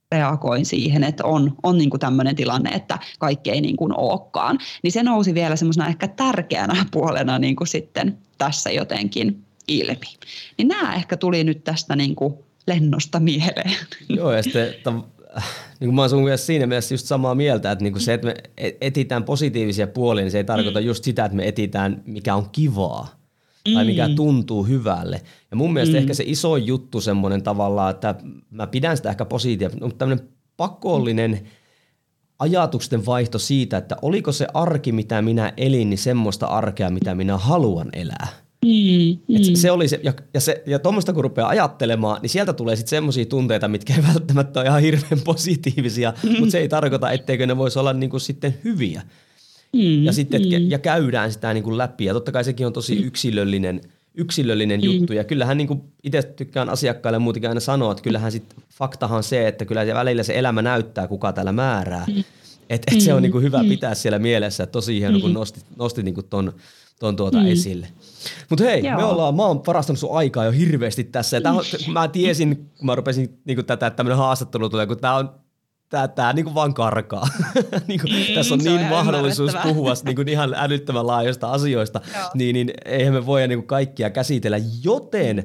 reagoin siihen, että on, on niin kuin tämmöinen tilanne, että kaikki ei niin kuin olekaan. Niin se nousi vielä semmoisena ehkä tärkeänä puolena niin kuin sitten tässä jotenkin ilmi. Niin nämä ehkä tuli nyt tästä niin kuin lennosta mieleen. Joo, ja sitten niin kuin mä oon sun mielestä siinä mielessä just samaa mieltä, että niin kuin se, että me etitään positiivisia puolia, niin se ei tarkoita mm. just sitä, että me etitään mikä on kivaa tai mikä tuntuu hyvälle. Ja mun mielestä mm. ehkä se iso juttu semmoinen tavallaan, että mä pidän sitä ehkä positiivista, mutta tämmöinen pakollinen ajatusten vaihto siitä, että oliko se arki, mitä minä elin, niin semmoista arkea, mitä minä haluan elää. Mm, mm. Se, se oli se, ja, ja, se, ja tuommoista kun rupeaa ajattelemaan, niin sieltä tulee sitten semmoisia tunteita, mitkä ei välttämättä ole ihan hirveän positiivisia, mm. mutta se ei tarkoita, etteikö ne voisi olla niinku sitten hyviä. Mm, ja sitten mm. ja käydään sitä niinku läpi, ja totta kai sekin on tosi yksilöllinen, yksilöllinen mm. juttu, ja kyllähän niinku itse tykkään asiakkaille muutenkin aina sanoa, että kyllähän sitten faktahan se, että kyllä välillä se elämä näyttää, kuka täällä määrää. Mm. Että et se on niinku hyvä pitää siellä mielessä, että tosi hieno, kun nostit, nostit niinku ton, ton tuota mm. esille. Mutta hei, Joo. me ollaan, mä oon varastanut sun aikaa jo hirveästi tässä. Ja on, mä tiesin, kun mä rupesin niinku tätä, että tämmönen haastattelu tulee, kun tää on tää, tää niinku vaan karkaa. niinku, mm, tässä on niin on mahdollisuus puhua niinku ihan älyttömän laajoista asioista, niin, niin eihän me voida niinku kaikkia käsitellä, joten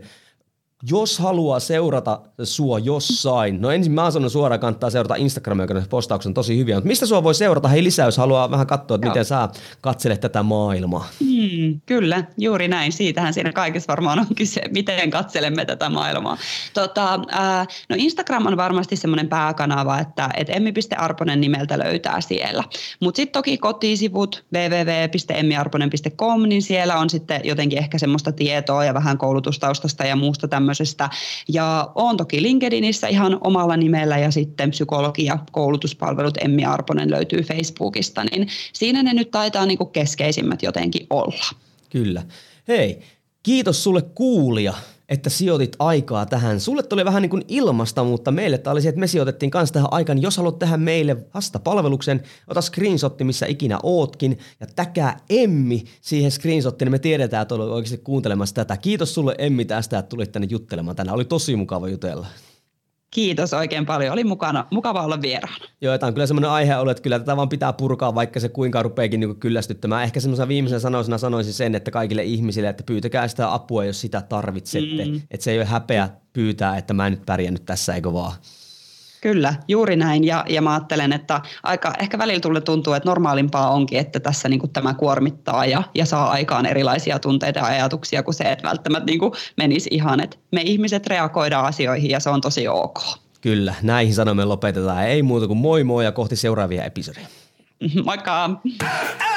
jos haluaa seurata sua jossain, no ensin mä sanon suoraan, kannattaa seurata Instagramia, joka postaukset on tosi hyviä, mutta mistä sua voi seurata? Hei lisää, jos haluaa vähän katsoa, että Joo. miten sä katselet tätä maailmaa. Hmm, kyllä, juuri näin. Siitähän siinä kaikessa varmaan on kyse, miten katselemme tätä maailmaa. Tota, ää, no Instagram on varmasti semmoinen pääkanava, että et emmi piste arponen nimeltä löytää siellä. Mutta sitten toki kotisivut double-u double-u double-u piste emmi arponen piste com, niin siellä on sitten jotenkin ehkä semmoista tietoa ja vähän koulutustaustasta ja muusta tämmöistä. Ja olen toki LinkedInissä ihan omalla nimellä ja sitten psykologi- ja koulutuspalvelut Emmi Arponen löytyy Facebookista, niin siinä ne nyt taitaa niinku keskeisimmät jotenkin olla. Kyllä. Hei, kiitos sulle kuulija, että sijoitit aikaa tähän. Sulle tuli vähän niin kuin ilmasta, mutta meille tämä oli se, että me sijoitettiin kanssa tähän aikaan. Jos haluat tehdä meille vastapalveluksen, ota screenshotti, missä ikinä ootkin, ja täkää Emmi siihen screenshottiin, niin me tiedetään, että olet oikeasti kuuntelemassa tätä. Kiitos sulle Emmi tästä, että tulit tänne juttelemaan tänään. Oli tosi mukava jutella. Kiitos oikein paljon. Oli mukana, mukava olla vieraana. Joo, tämä on kyllä semmoinen aihe ollut, että kyllä tätä vaan pitää purkaa, vaikka se kuinka rupeekin niin kyllästyttämään. Ehkä semmoisena viimeisenä sanoisena sanoisin sen, että kaikille ihmisille, että pyytäkää sitä apua, jos sitä tarvitsette. Mm. Että se ei ole häpeä pyytää, että mä en nyt pärjännyt tässä, eikö vaan? Kyllä, juuri näin. Ja, ja mä ajattelen, että aika ehkä välillä tuntuu, että normaalimpaa onkin, että tässä niin kuin tämä kuormittaa ja, ja saa aikaan erilaisia tunteita ja ajatuksia kuin se, että välttämättä niin kuin menisi ihan, että me ihmiset reagoidaan asioihin ja se on tosi ok. Kyllä, näihin sanomme lopetetaan. Ei muuta kuin moi moi ja kohti seuraavia episodeja. Moikka!